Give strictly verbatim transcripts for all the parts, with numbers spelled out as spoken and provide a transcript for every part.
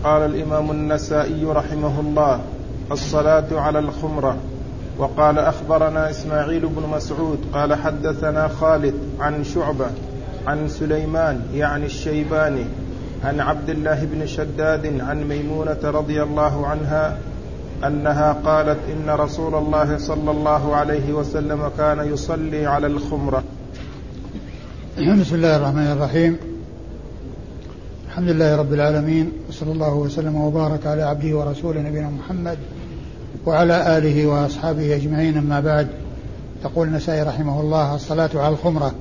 قال الإمام النسائي رحمه الله: الصلاة على الخمرة. وقال: أخبرنا إسماعيل بن مسعود قال حدثنا خالد عن شعبة عن سليمان يعني الشيباني عن عبد الله بن شداد عن ميمونة رضي الله عنها أنها قالت: إن رسول الله صلى الله عليه وسلم كان يصلي على الخمرة. بسم الله الرحمن الرحيم. الحمد لله رب العالمين، وصلى الله وسلم وبارك على عبده ورسوله نبينا محمد وعلى آله وأصحابه أجمعين، أما بعد. يقول النسائي رحمه الله: الصلاة على الخمرة.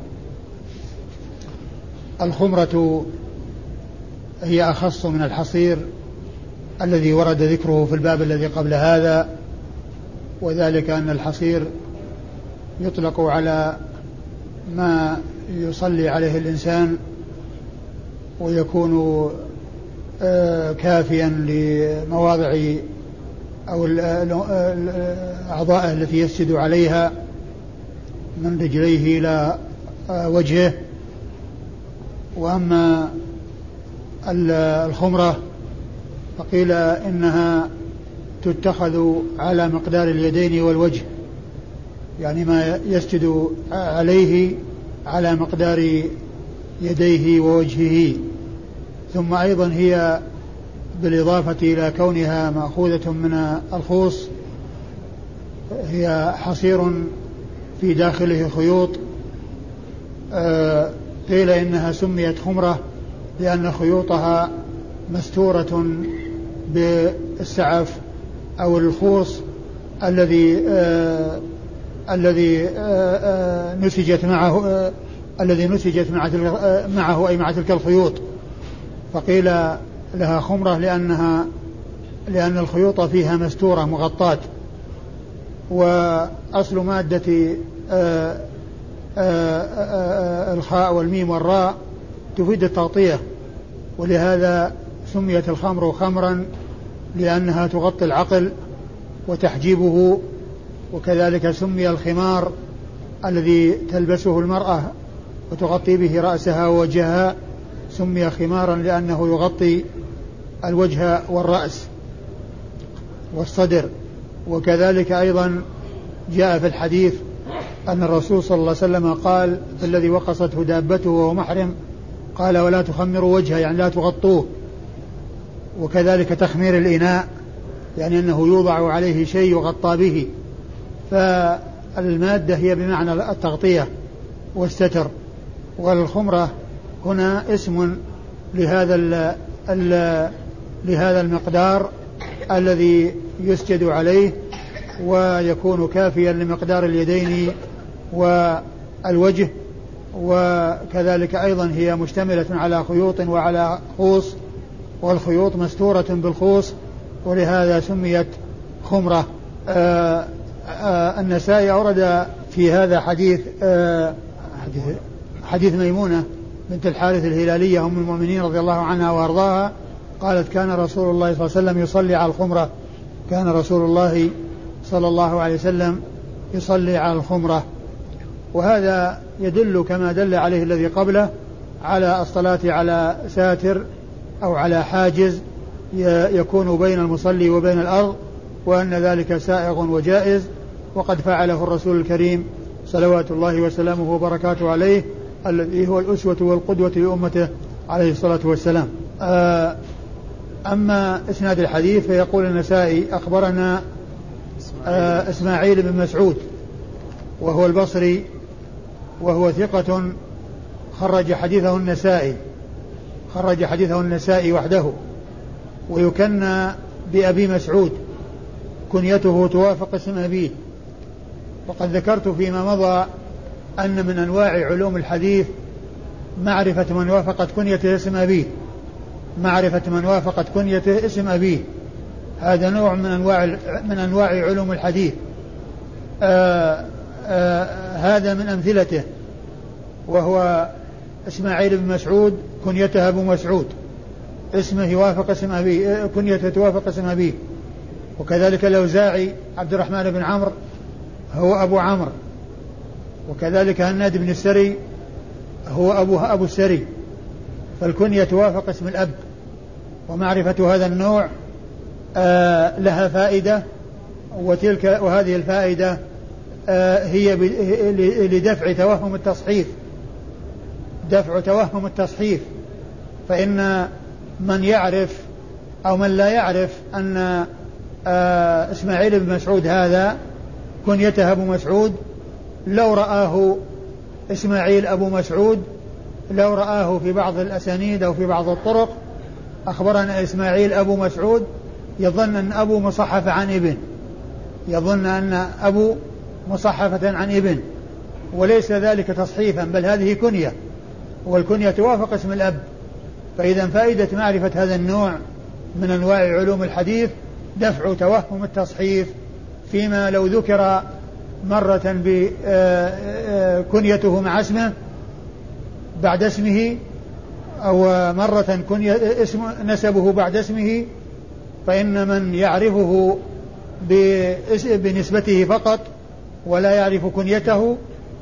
الخمرة هي أخص من الحصير الذي ورد ذكره في الباب الذي قبل هذا، وذلك أن الحصير يطلق على ما يصلي عليه الإنسان ويكون كافيا لمواضع أو الأعضاء التي يسجد عليها من رجليه إلى وجهه. وأما الخمرة فقيل إنها تتخذ على مقدار اليدين والوجه، يعني ما يسجد عليه على مقدار يديه ووجهه. ثم أيضا هي بالإضافة إلى كونها مأخوذة من الخوص هي حصير في داخله خيوط. قيل إنها سميت خمرة لأن خيوطها مستورة بالسعف أو الخوص الذي آه الذي آه آه نسجت معه آه الذي نسجت مع آه معه أي مع تلك الخيوط، فقيل لها خمرة لأنها لأن الخيوط فيها مستورة مغطاة. وأصل مادة آه آه آه الخاء والميم والراء تفيد التغطية، ولهذا سميت الخمر خمرا لأنها تغطي العقل وتحجيبه. وكذلك سمي الخمار الذي تلبسه المرأة وتغطي به رأسها ووجهها سمي خمارا لأنه يغطي الوجه والرأس والصدر. وكذلك أيضا جاء في الحديث أن الرسول صلى الله عليه وسلم قال: الذي وقصته دابته وهو محرم قال: ولا تخمروا وجهه، يعني لا تغطوه. وكذلك تخمير الإناء، يعني أنه يوضع عليه شيء يغطى به. فالمادة هي بمعنى التغطية والستر. والخمرة هنا اسم لهذا ال ال لهذا المقدار الذي يسجد عليه ويكون كافيا لمقدار اليدين والوجه. وكذلك أيضا هي مشتملة على خيوط وعلى خوص، والخيوط مستورة بالخوص، ولهذا سميت خمرة. آآ آآ النسائي أورد في هذا حديث حديث, حديث ميمونة بنت الحارث الهلالية أم المؤمنين رضي الله عنها وأرضاها، قالت: كان رسول الله صلى الله عليه وسلم يصلي على الخمرة كان رسول الله صلى الله عليه وسلم يصلي على الخمرة. وهذا يدل كما دل عليه الذي قبله على الصلاة على ساتر أو على حاجز يكون بين المصلي وبين الأرض، وأن ذلك سائغ وجائز، وقد فعله الرسول الكريم صلوات الله وسلامه وبركاته عليه، الذي هو الأسوة والقدوة لأمته عليه الصلاة والسلام. أما إسناد الحديث فيقول النسائي: أخبرنا إسماعيل بن مسعود وهو البصري، وهو ثقة خرج حديثه النسائي خرج حديثه النسائي وحده، ويكنى بأبي مسعود، كنيته توافق اسم أبيه. وقد ذكرت فيما مضى أن من أنواع علوم الحديث معرفة من وافقت كنيته اسم أبيه معرفة من وافقت كنيته اسم أبيه هذا نوع من أنواع من أنواع علوم الحديث. آآ آآ هذا من أمثلته، وهو إسماعيل بن مسعود كنيته أبو مسعود، اسمه يوافق اسم أبيه، كنيته توافق اسم أبيه. وكذلك الأوزاعي عبد الرحمن بن عمرو هو أبو عمرو، وكذلك هناد بن السري هو أبو أبو السري، فالكنية توافق اسم الأب. ومعرفة هذا النوع آه لها فائدة، وتلك وهذه الفائدة آه هي لدفع توهم التصحيف، دفع توهم التصحيف. فإن من يعرف أو من لا يعرف أن آه إسماعيل بن مسعود هذا كنيته أبو مسعود، لو رآه إسماعيل أبو مسعود، لو رآه في بعض الأسانيد أو في بعض الطرق أخبرنا إسماعيل أبو مسعود، يظن أن أبو مصحف عن ابن، يظن أن أبو مصحفة عن ابن، وليس ذلك تصحيفا، بل هذه كنية، والكنية توافق اسم الأب. فإذا فائدة معرفة هذا النوع من أنواع علوم الحديث دفع توهم التصحيف، فيما لو ذكر مرة بكنيته مع اسمه بعد اسمه، أو مرة كنية اسم نسبه بعد اسمه، فإن من يعرفه بنسبته فقط ولا يعرف كنيته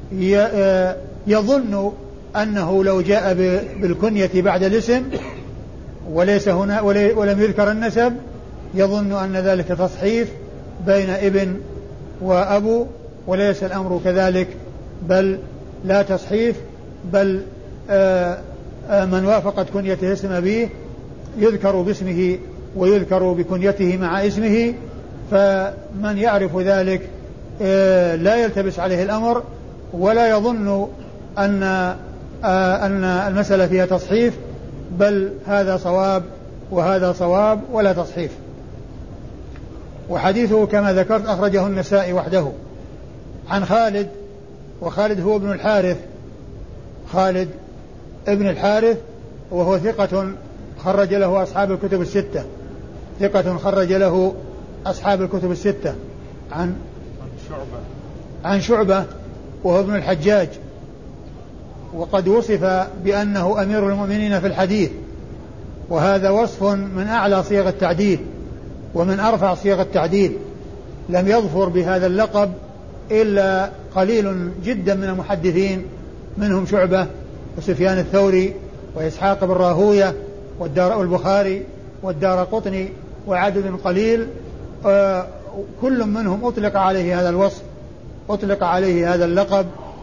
يظن أنه لو جاء بالكنية بعد الاسم وليس هنا ولم يذكر النسب يظن أن ذلك تصحيف بين ابن وأبو، وليس الأمر كذلك، بل لا تصحيف، بل آآ آآ من وافقت كنيته اسم أبيه يذكر باسمه ويذكر بكنيته مع اسمه. فمن يعرف ذلك لا يلتبس عليه الأمر ولا يظن أن أن المسألة فيها تصحيف، بل هذا صواب وهذا صواب ولا تصحيف. وحديثه كما ذكرت أخرجه النسائي وحده عن خالد، وخالد هو ابن الحارث، خالد ابن الحارث، وهو ثقة خرج له أصحاب الكتب الستة، ثقة خرج له أصحاب الكتب الستة. عن شعبة عن شعبة وهو ابن الحجاج، وقد وصف بأنه أمير المؤمنين في الحديث، وهذا وصف من أعلى صيغ التعديل ومن أرفع صيغ التعديل، لم يظفر بهذا اللقب إلا قليل جدا من المحدثين، منهم شعبة وسفيان الثوري وإسحاق بن راهوية والدار والبخاري والدار قطني وعدد قليل، آه كل منهم أطلق عليه هذا الوصف، أطلق عليه هذا اللقب.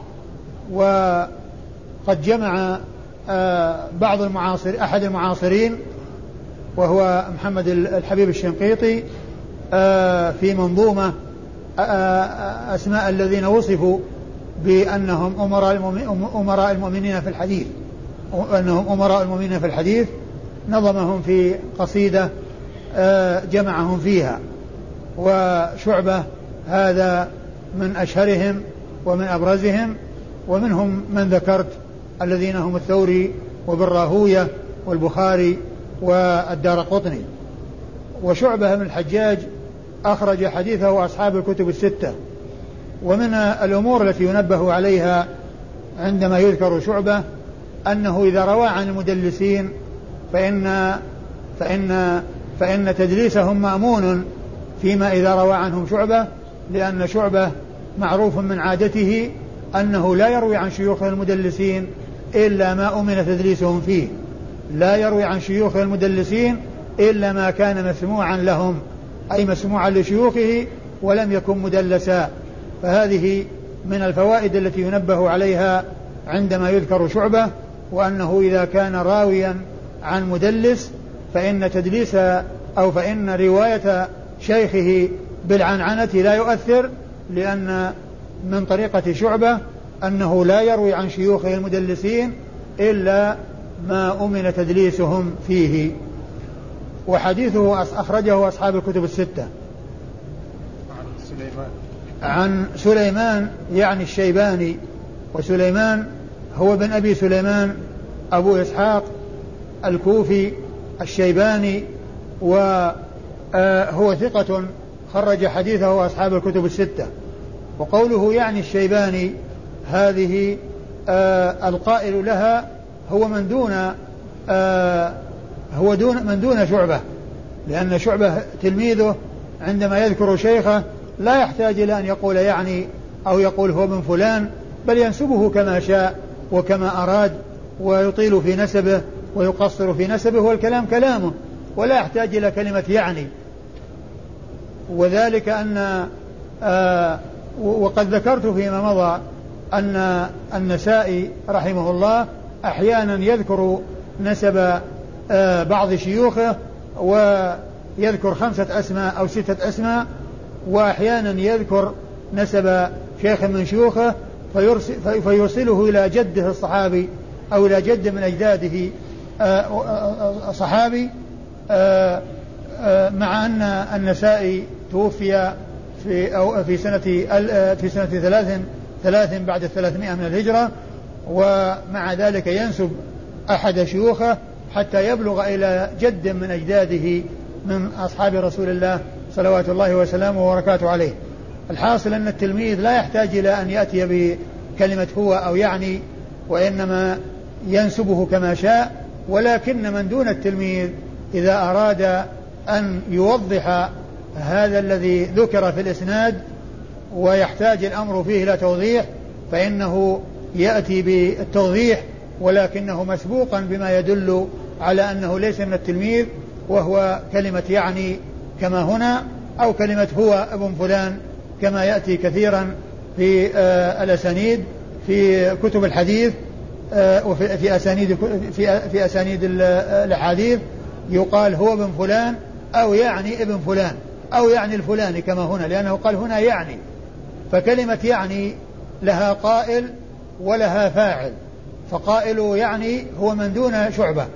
وقد جمع آه بعض المعاصر أحد المعاصرين وهو محمد الحبيب الشنقيطي آه في منظومة آه أسماء الذين وصفوا بأنهم أمراء المؤمنين في الحديث، أنهم أمراء المؤمنين في الحديث، نظمهم في قصيدة آه جمعهم فيها. وشعبة هذا من أشهرهم ومن أبرزهم، ومنهم من ذكرت الذين هم الثوري وابن راهوية والبخاري والدار قطني. وشعبة بن الحجاج أخرج حديثه أصحاب الكتب الستة. ومن الأمور التي ينبه عليها عندما يذكر شعبة أنه إذا روى عن المدلسين فإن فإن فإن تدليسهم مأمون فيما إذا روى عنهم شعبة، لأن شعبة معروف من عادته أنه لا يروي عن شيوخ المدلسين إلا ما أمن تدليسهم فيه، لا يروي عن شيوخ المدلسين إلا ما كان مسموعا لهم، أي مسموعا لشيوخه ولم يكن مدلسا. فهذه من الفوائد التي ينبه عليها عندما يذكر شعبة، وأنه إذا كان راويا عن مدلس فإن تدليس أو فإن رواية شيخه بالعنعنة لا يؤثر، لأن من طريقة شعبة أنه لا يروي عن شيوخه المدلسين إلا ما أمن تدليسهم فيه. وحديثه أخرجه أصحاب الكتب الستة. عن سليمان عن سليمان يعني الشيباني، وسليمان هو بن أبي سليمان أبو إسحاق الكوفي الشيباني، وهو ثقة خرج حديثه أصحاب الكتب الستة. وقوله يعني الشيباني هذه آه القائل لها هو من دون آه هو دون من دون شعبة، لأن شعبة تلميذه عندما يذكر شيخه لا يحتاج إلى أن يقول يعني أو يقول هو من فلان، بل ينسبه كما شاء وكما أراد، ويطيل في نسبه ويقصر في نسبه، والكلام كلامه ولا يحتاج إلى كلمة يعني. وذلك أن آه وقد ذكرت فيما مضى أن النسائي رحمه الله أحيانا يذكر نسب آه بعض شيوخه ويذكر خمسة أسماء أو ستة أسماء، وأحيانا يذكر نسب شيخ من شيوخه فيوصله إلى جده الصحابي أو إلى جد من أجداده صحابي، مع أن النسائي توفي في أو في سنة في سنة ثلاث ثلاث بعد الثلاثمائة من الهجرة، ومع ذلك ينسب أحد شيوخه حتى يبلغ إلى جد من أجداده من أصحاب رسول الله صلوات الله وسلامه وبركاته عليه. الحاصل أن التلميذ لا يحتاج إلى أن يأتي بكلمة هو أو يعني، وإنما ينسبه كما شاء. ولكن من دون التلميذ إذا أراد أن يوضح هذا الذي ذكر في الإسناد ويحتاج الأمر فيه إلى توضيح فإنه يأتي بالتوضيح، ولكنه مسبوقا بما يدل على أنه ليس من التلميذ، وهو كلمة يعني كما هنا، أو كلمة هو ابن فلان كما يأتي كثيرا في آه الأسانيد في كتب الحديث آه وفي في أسانيد في, في أسانيد الأحاديث يقال هو ابن فلان أو يعني ابن فلان أو يعني الفلاني كما هنا، لأنه قال هنا يعني. فكلمة يعني لها قائل ولها فاعل، فقائل يعني هو من دون شعبة،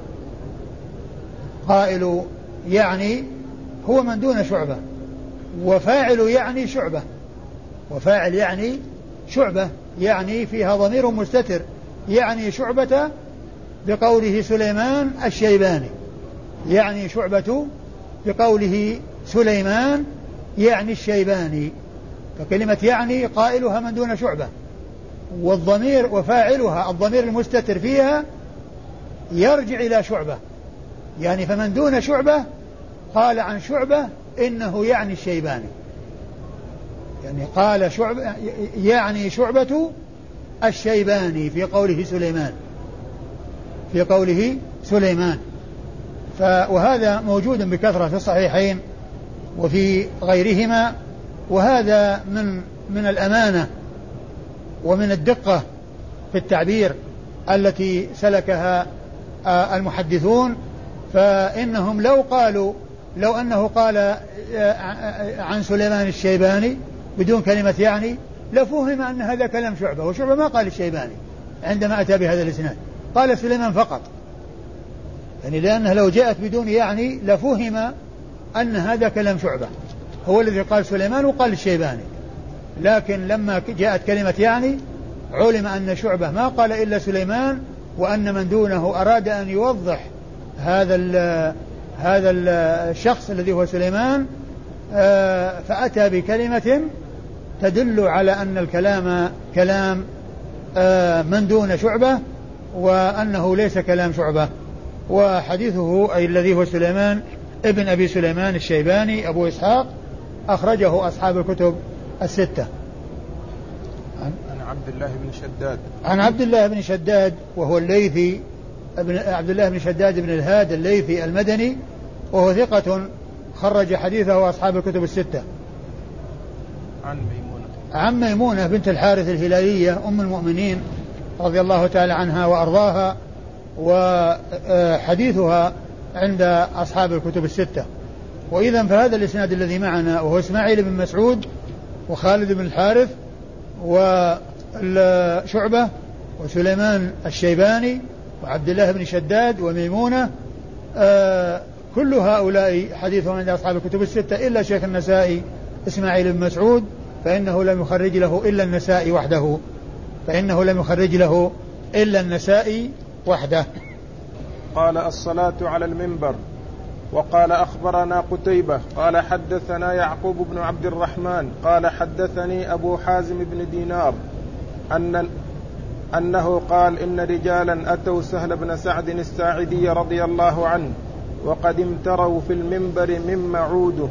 قائل يعني هو من دون شعبة، وفاعل يعني شعبة، وفاعل يعني شعبة يعني فيها ضمير مستتر، يعني شعبة بقوله سليمان الشيباني، يعني شعبة بقوله سليمان يعني الشيباني. فكلمة يعني قائلها من دون شعبة، والضمير وفاعلها الضمير المستتر فيها يرجع إلى شعبة، يعني فمن دون شعبة قال عن شعبة إنه يعني الشيباني، يعني قال شعبة يعني شعبة الشيباني في قوله سليمان في قوله سليمان. وهذا موجود بكثرة في الصحيحين وفي غيرهما، وهذا من من الأمانة ومن الدقة في التعبير التي سلكها المحدثون. فإنهم لو قالوا لو أنه قال عن سليمان الشيباني بدون كلمة يعني لفهم أن هذا كلام شعبة، وشعبة ما قال الشيباني عندما أتى بهذا الإسناد، قال سليمان فقط، يعني لأنه لو جاءت بدون يعني لفهم أن هذا كلام شعبة، هو الذي قال سليمان وقال الشيباني. لكن لما جاءت كلمة يعني علم أن شعبة ما قال إلا سليمان، وأن من دونه أراد أن يوضح هذا ال هذا الشخص الذي هو سليمان، فأتى بكلمة تدل على أن الكلام كلام من دون شعبة، وأنه ليس كلام شعبة. وحديثه أي الذي هو سليمان ابن أبي سليمان الشيباني أبو إسحاق أخرجه أصحاب الكتب الستة. عن عبد الله بن شداد عن عبد الله بن شداد وهو الليثي ابن عبد الله بن شداد بن الهاد الليثي المدني، وهو ثقة خرج حديثه أصحاب الكتب الستة. عن ميمونة عن ميمونة بنت الحارث الهلالية أم المؤمنين رضي الله تعالى عنها وأرضاها، وحديثها عند أصحاب الكتب الستة. وإذا فهذا الإسناد الذي معنا وهو إسماعيل بن مسعود وخالد بن الحارث وشعبة وسليمان الشيباني وعبد الله بن شداد وميمونة، آه كل هؤلاء حديثهم عند أصحاب الكتب الستة إلا شيخ النسائي إسماعيل بن مسعود، فإنه لم يخرج له إلا النسائي وحده فإنه لم يخرج له إلا النسائي وحده. قال الصلاة على المنبر. وقال أخبرنا قتيبة قال حدثنا يعقوب بن عبد الرحمن قال حدثني أبو حازم بن دينار أن أنه قال إن رجالا أتوا سهل بن سعد الساعدي رضي الله عنه وقد امتروا في المنبر مما عوده،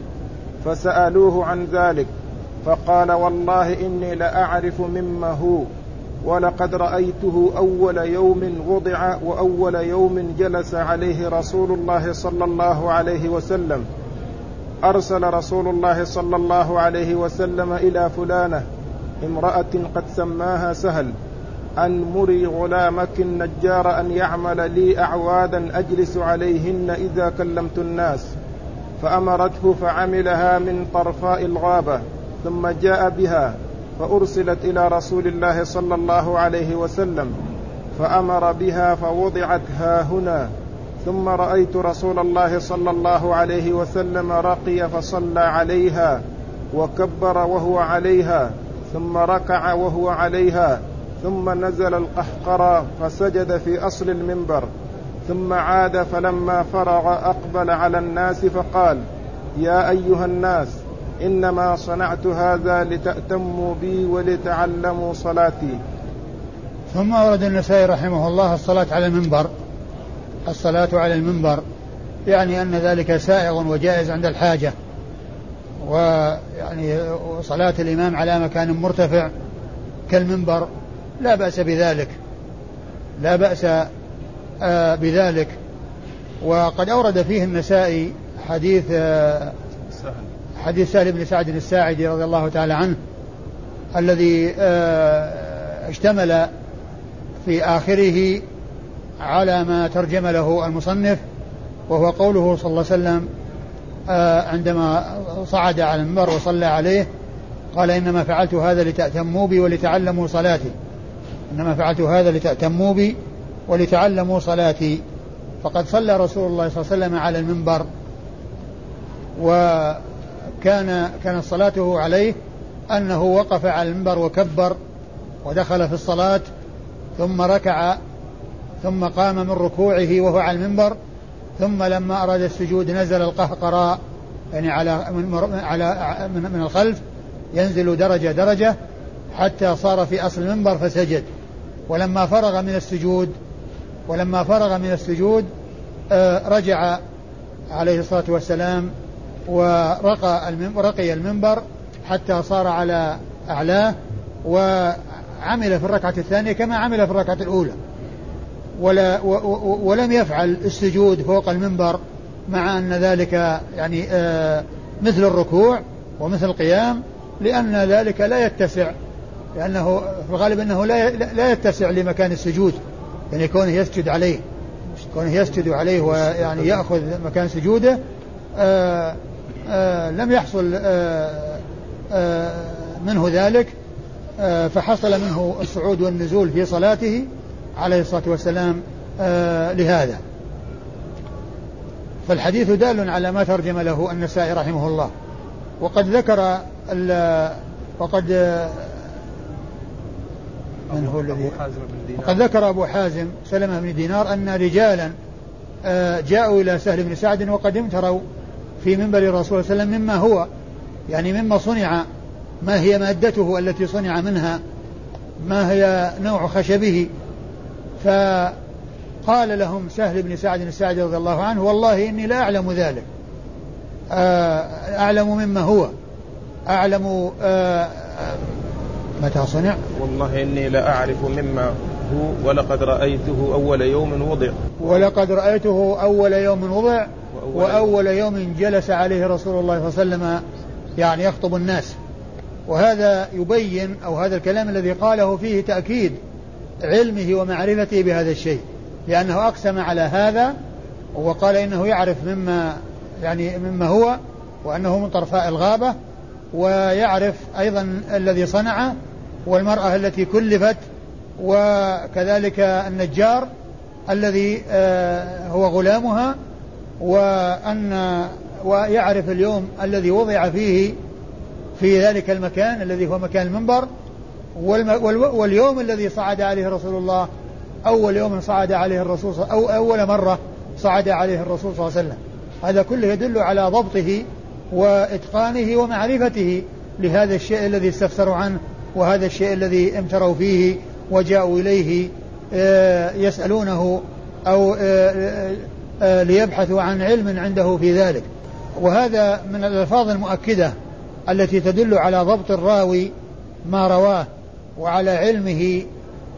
فسألوه عن ذلك فقال والله إني لأعرف مما هو، ولقد رأيته أول يوم وضع وأول يوم جلس عليه رسول الله صلى الله عليه وسلم. أرسل رسول الله صلى الله عليه وسلم إلى فلانة امرأة قد سماها سهل أن مري غلامك النجار أن يعمل لي أعوادا أجلس عليهن إذا كلمت الناس، فأمرته فعملها من طرفاء الغابة، ثم جاء بها فأرسلت إلى رسول الله صلى الله عليه وسلم فأمر بها فوضعت ها هنا. ثم رأيت رسول الله صلى الله عليه وسلم رقي فصلى عليها وكبر وهو عليها، ثم ركع وهو عليها، ثم نزل القهقرى فسجد في أصل المنبر، ثم عاد فلما فرغ أقبل على الناس فقال: يا أيها الناس، إنما صنعت هذا لتأتموا بي ولتعلموا صلاتي. ثم ورد النسائي رحمه الله الصلاة على المنبر. الصلاة على المنبر يعني أن ذلك سائغ وجائز عند الحاجة، ويعني صلاة الإمام على مكان مرتفع كالمنبر لا بأس بذلك، لا بأس آه بذلك. وقد أورد فيه النسائي حديث آه حديث سهل بن سعد الساعدي رضي الله تعالى عنه، الذي آه اشتمل في آخره على ما ترجم له المصنف، وهو قوله صلى الله عليه وسلم آه عندما صعد على المنبر وصلى عليه قال: إنما فعلت هذا لتأتموا بي ولتعلموا صلاتي، إنما فعلت هذا لتأتموا بي ولتعلموا صلاتي. فقد صلى رسول الله صلى الله عليه وسلم على المنبر، وكان كانت صلاته عليه أنه وقف على المنبر وكبر ودخل في الصلاة، ثم ركع، ثم قام من ركوعه وهو على المنبر، ثم لما أراد السجود نزل القهقراء يعني على من, على من الخلف، ينزل درجة درجة حتى صار في أصل المنبر فسجد. ولما فرغ من السجود ولما فرغ من السجود آه رجع عليه الصلاة والسلام ورقى المنبر, المنبر حتى صار على أعلاه، وعمل في الركعة الثانية كما عمل في الركعة الأولى، ولا ولم يفعل السجود فوق المنبر، مع أن ذلك يعني آه مثل الركوع ومثل القيام، لأن ذلك لا يتسع، لأنه في الغالب أنه لا لا يتسع لمكان السجود، يعني كونه يسجد عليه كونه يسجد عليه ويعني يأخذ مكان سجوده آآ آآ لم يحصل آآ آآ منه ذلك، فحصل منه الصعود والنزول في صلاته عليه الصلاة والسلام لهذا. فالحديث دال على ما ترجم له النسائي رحمه الله. وقد ذكر وقد من هو الذي وقد ذكر أبو حازم سلمة بن دينار أن رجالا جاءوا إلى سهل بن سعد وقد امتروا في منبر الرسول صلى الله عليه وسلم مما هو يعني مما صنع، ما هي مادته التي صنع منها، ما هي نوع خشبه. فقال لهم سهل بن سعد الساعدي رضي الله عنه: والله إني لا أعلم ذلك، أعلم مما هو، أعلم متى صنع، والله إني لا أعرف مما هو، ولقد رأيته أول يوم وضع ولقد رأيته أول يوم وضع وأول يوم جلس عليه رسول الله صلى الله عليه وسلم يعني يخطب الناس. وهذا يبين، أو هذا الكلام الذي قاله فيه تأكيد علمه ومعرفته بهذا الشيء، لأنه أقسم على هذا وقال إنه يعرف مما يعني مما هو، وأنه من طرفاء الغابة، ويعرف أيضا الذي صنع والمرأة التي كلفت، وكذلك النجار الذي هو غلامها، وأن ويعرف اليوم الذي وضع فيه في ذلك المكان الذي هو مكان المنبر، واليوم الذي صعد عليه رسول الله، أول يوم صعد عليه الرسول أو أول مرة صعد عليه الرسول صلى الله عليه وسلم. هذا كله يدل على ضبطه وإتقانه ومعرفته لهذا الشيء الذي استفسروا عنه، وهذا الشيء الذي امتروا فيه وجاءوا إليه يسألونه أو ليبحثوا عن علم عنده في ذلك. وهذا من الألفاظ المؤكدة التي تدل على ضبط الراوي ما رواه، وعلى علمه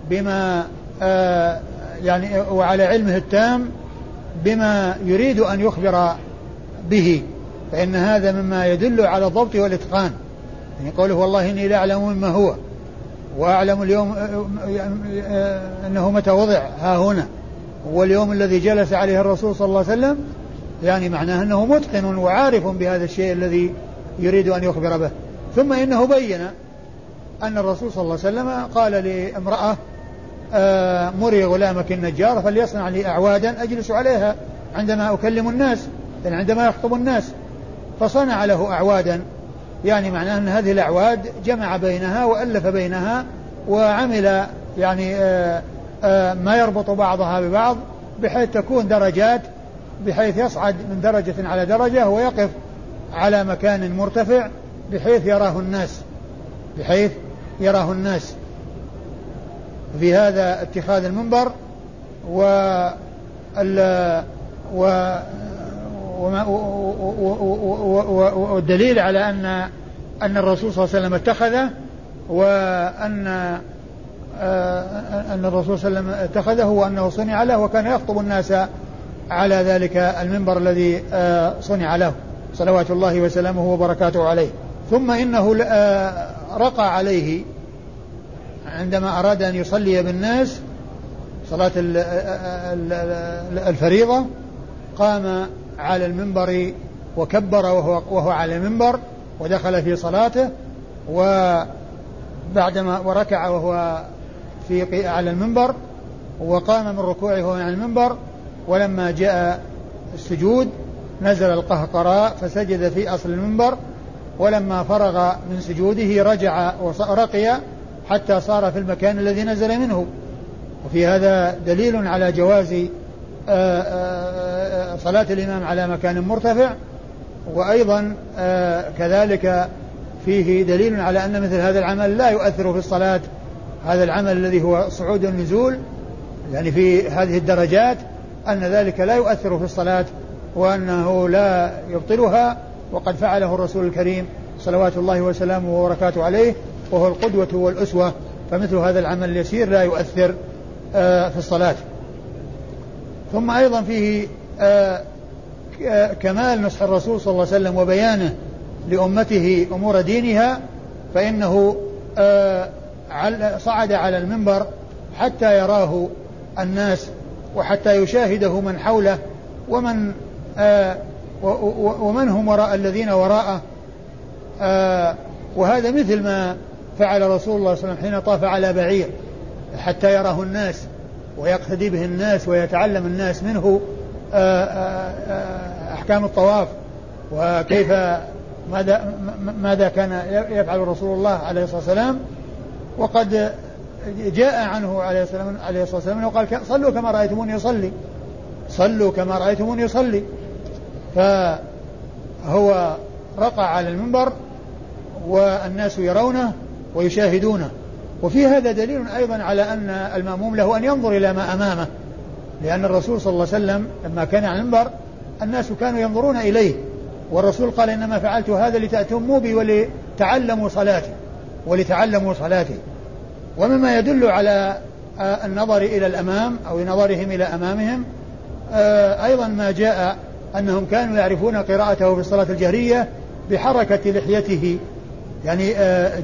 بما آه يعني وعلى علمه التام بما يريد أن يخبر به، فإن هذا مما يدل على الضبط والإتقان. يعني قوله والله إني لا أعلم مما هو، وأعلم اليوم أنه متى وضع ها هنا، واليوم الذي جلس عليه الرسول صلى الله عليه وسلم، يعني معناه أنه متقن وعارف بهذا الشيء الذي يريد أن يخبر به. ثم إنه بين أن الرسول صلى الله عليه وسلم قال لامرأة آه مري غلامك النجار فليصنع لي أعوادا أجلس عليها عندما أكلم الناس، يعني عندما يخطب الناس، فصنع له أعوادا، يعني معناه أن هذه الأعواد جمع بينها وألف بينها وعمل يعني آآ آآ ما يربط بعضها ببعض بحيث تكون درجات، بحيث يصعد من درجة على درجة ويقف على مكان مرتفع بحيث يراه الناس بحيث يراه الناس في هذا اتخاذ المنبر. والدليل على أن أن الرسول صلى الله عليه وسلم اتخذه، وأن أن الرسول صلى الله عليه وسلم اتخذه وأنه صنع له، وكان يخطب الناس على ذلك المنبر الذي صنع له صلوات الله وسلامه وبركاته عليه. ثم إنه رقى عليه عندما أراد أن يصلي بالناس صلاة الفريضة، قام على المنبر وكبر وهو, وهو على المنبر ودخل في صلاته، وبعدما وركع وهو في على المنبر، وقام من ركوعه وهو على المنبر، ولما جاء السجود نزل القهقراء فسجد في أصل المنبر، ولما فرغ من سجوده رجع ورقي حتى صار في المكان الذي نزل منه. وفي هذا دليل على جواز صلاة الإمام على مكان مرتفع، وأيضا كذلك فيه دليل على أن مثل هذا العمل لا يؤثر في الصلاة، هذا العمل الذي هو صعود والنزول يعني في هذه الدرجات، أن ذلك لا يؤثر في الصلاة وأنه لا يبطلها، وقد فعله الرسول الكريم صلوات الله وسلامه وبركاته عليه، وهو القدوة والأسوة، فمثل هذا العمل اليسير لا يؤثر في الصلاة. ثم أيضا فيه كمال نصح الرسول صلى الله عليه وسلم وبيانه لأمته أمور دينها، فإنه صعد على المنبر حتى يراه الناس وحتى يشاهده من حوله ومن ومن هم وراء الذين وراءه. وهذا مثل ما فعل رسول الله صلى الله عليه وسلم حين طاف على بعير حتى يراه الناس ويقتدي به الناس ويتعلم الناس منه أحكام الطواف وكيف ماذا, ماذا كان يفعل رسول الله عليه الصلاة والسلام. وقد جاء عنه عليه الصلاة والسلام أنه قال صلوا كما رأيتموني يصلي صلوا كما رأيتموني يصلي. فهو رقى على المنبر والناس يرونه ويشاهدونه. وفي هذا دليل أيضا على أن المأموم له أن ينظر إلى ما أمامه، لأن الرسول صلى الله عليه وسلم لما كان على المنبر الناس كانوا ينظرون إليه، والرسول قال إنما فعلت هذا لتأتموا بي ولتعلموا صلاتي ولتعلموا صلاتي. ومما يدل على النظر إلى الأمام أو نظرهم إلى أمامهم أيضا ما جاء أنهم كانوا يعرفون قراءته في الصلاة الجهرية بحركة لحيته، يعني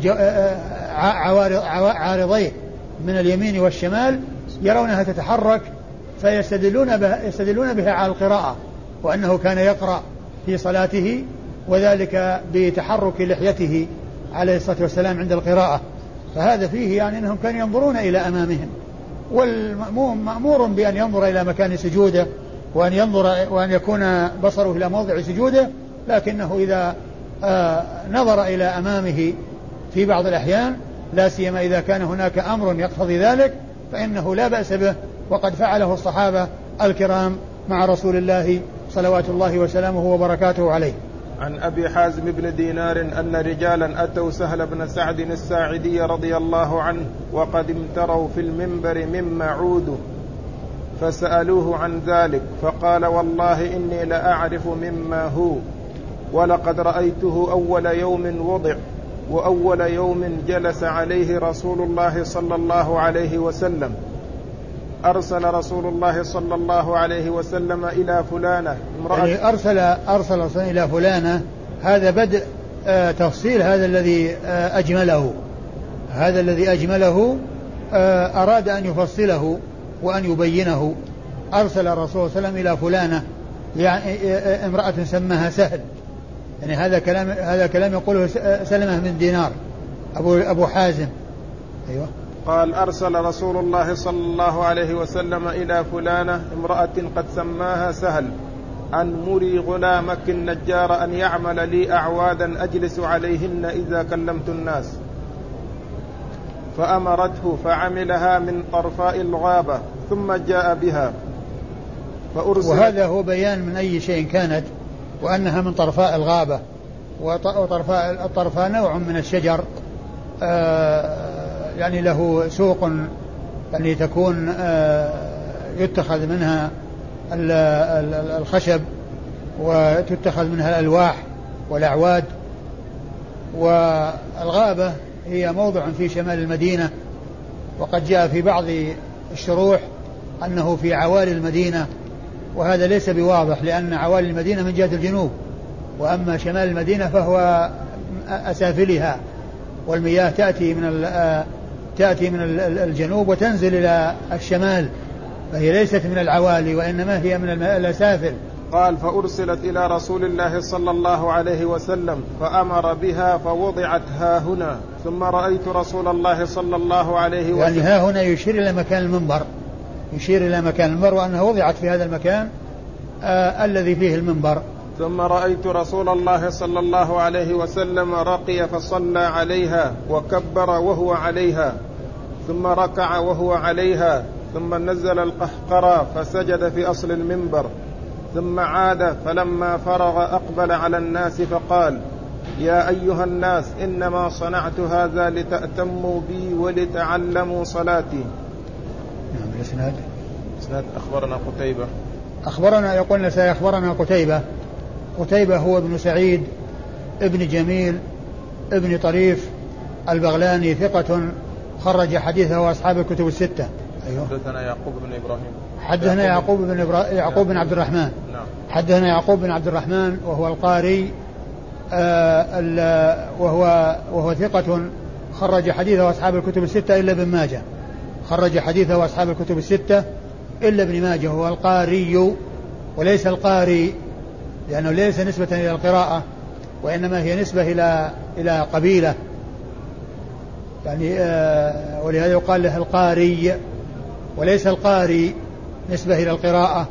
عارضيه من اليمين والشمال يرونها تتحرك فيستدلون بها, يستدلون بها على القراءة، وأنه كان يقرأ في صلاته وذلك بتحرك لحيته عليه الصلاة والسلام عند القراءة. فهذا فيه يعني أنهم كانوا ينظرون إلى أمامهم، والمأموم مأمور بأن ينظر إلى مكان سجوده وأن ينظر وأن يكون بصره إلى موضع سجوده، لكنه إذا آه نظر إلى أمامه في بعض الأحيان لا سيما إذا كان هناك أمر يقتضي ذلك فإنه لا بأس به، وقد فعله الصحابة الكرام مع رسول الله صلوات الله وسلامه وبركاته عليه. عن أبي حازم بن دينار أن رجالا أتوا سهل بن سعد الساعدي رضي الله عنه وقد امتروا في المنبر مما عوده فسألوه عن ذلك فقال والله إني لأعرف مما هو ولقد رأيته أول يوم وضع وأول يوم جلس عليه رسول الله صلى الله عليه وسلم أرسل رسول الله صلى الله عليه وسلم إلى فلانة امرأة يعني أرسل أرسل إلى فلانة. هذا بدء آه تفصيل هذا الذي آه أجمله هذا الذي أجمله آه أراد أن يفصله وأن يبينه. أرسل الرسول صلى الله عليه وسلم إلى فلانة يعني آه امرأة سماها سهل. يعني هذا كلام هذا كلام يقوله سلمة بن دينار أبو أبو حازم. أيوة. قال أرسل رسول الله صلى الله عليه وسلم إلى فلانة امرأة قد سماها سهل أن مري غلامك النجار أن يعمل لي أعوادا أجلس عليهن إذا كلمت الناس، فأمرته فعملها من طرفاء الغابة ثم جاء بها فأرسل. وهذا هو بيان من أي شيء كانت وأنها من طرفاء الغابة. وطرفاء الطرفاء نوع من الشجر آه يعني له سوق يعني تكون آه يتخذ منها الخشب وتتخذ منها الألواح والأعواد. والغابة هي موضع في شمال المدينة، وقد جاء في بعض الشروح أنه في عوالي المدينة، وهذا ليس بواضح لأن عوالي المدينة من جهة الجنوب، وأما شمال المدينة فهو أسافلها، والمياه تأتي من تأتي من الجنوب وتنزل إلى الشمال، فهي ليست من العوالي وإنما هي من الأسافل. قال فأرسلت إلى رسول الله صلى الله عليه وسلم فأمر بها فوضعت ها هنا، ثم رأيت رسول الله صلى الله عليه وسلم يعني ها هنا يشير إلى مكان المنبر يشير إلى مكان المنبر وأنها وضعت في هذا المكان آه الذي فيه المنبر. ثم رأيت رسول الله صلى الله عليه وسلم رقي فصلى عليها وكبر وهو عليها، ثم ركع وهو عليها، ثم نزل القهقرى فسجد في أصل المنبر، ثم عاد فلما فرغ أقبل على الناس فقال يا أيها الناس إنما صنعت هذا لتأتموا بي ولتعلموا صلاتي. نعم. الإسناد إسناد أخبرنا قتيبة أخبرنا يقولنا سيخبرنا قتيبة قتيبة هو ابن سعيد ابن جميل ابن طريف البغلاني ثقة خرج حديثه وأصحاب الكتب الستة. أيوه. حدثنا يعقوب بن إبراهيم حدثنا يعقوب بن إبرا... يعقوب بن عبد الرحمن. نعم. حدثنا يعقوب بن عبد الرحمن وهو القاري آه ال... وهو وهو ثقة خرج حديثه وأصحاب الكتب الستة إلا ابن ماجه. خرج حديثه وأصحاب الكتب الستة إلا ابن ماجه. هو القاري وليس القاري، لأنه ليس نسبة إلى القراءة وإنما هي نسبة إلى إلى قبيلة يعني آه ولهذا يقال له القاري وليس القاري نسبة إلى القراءة.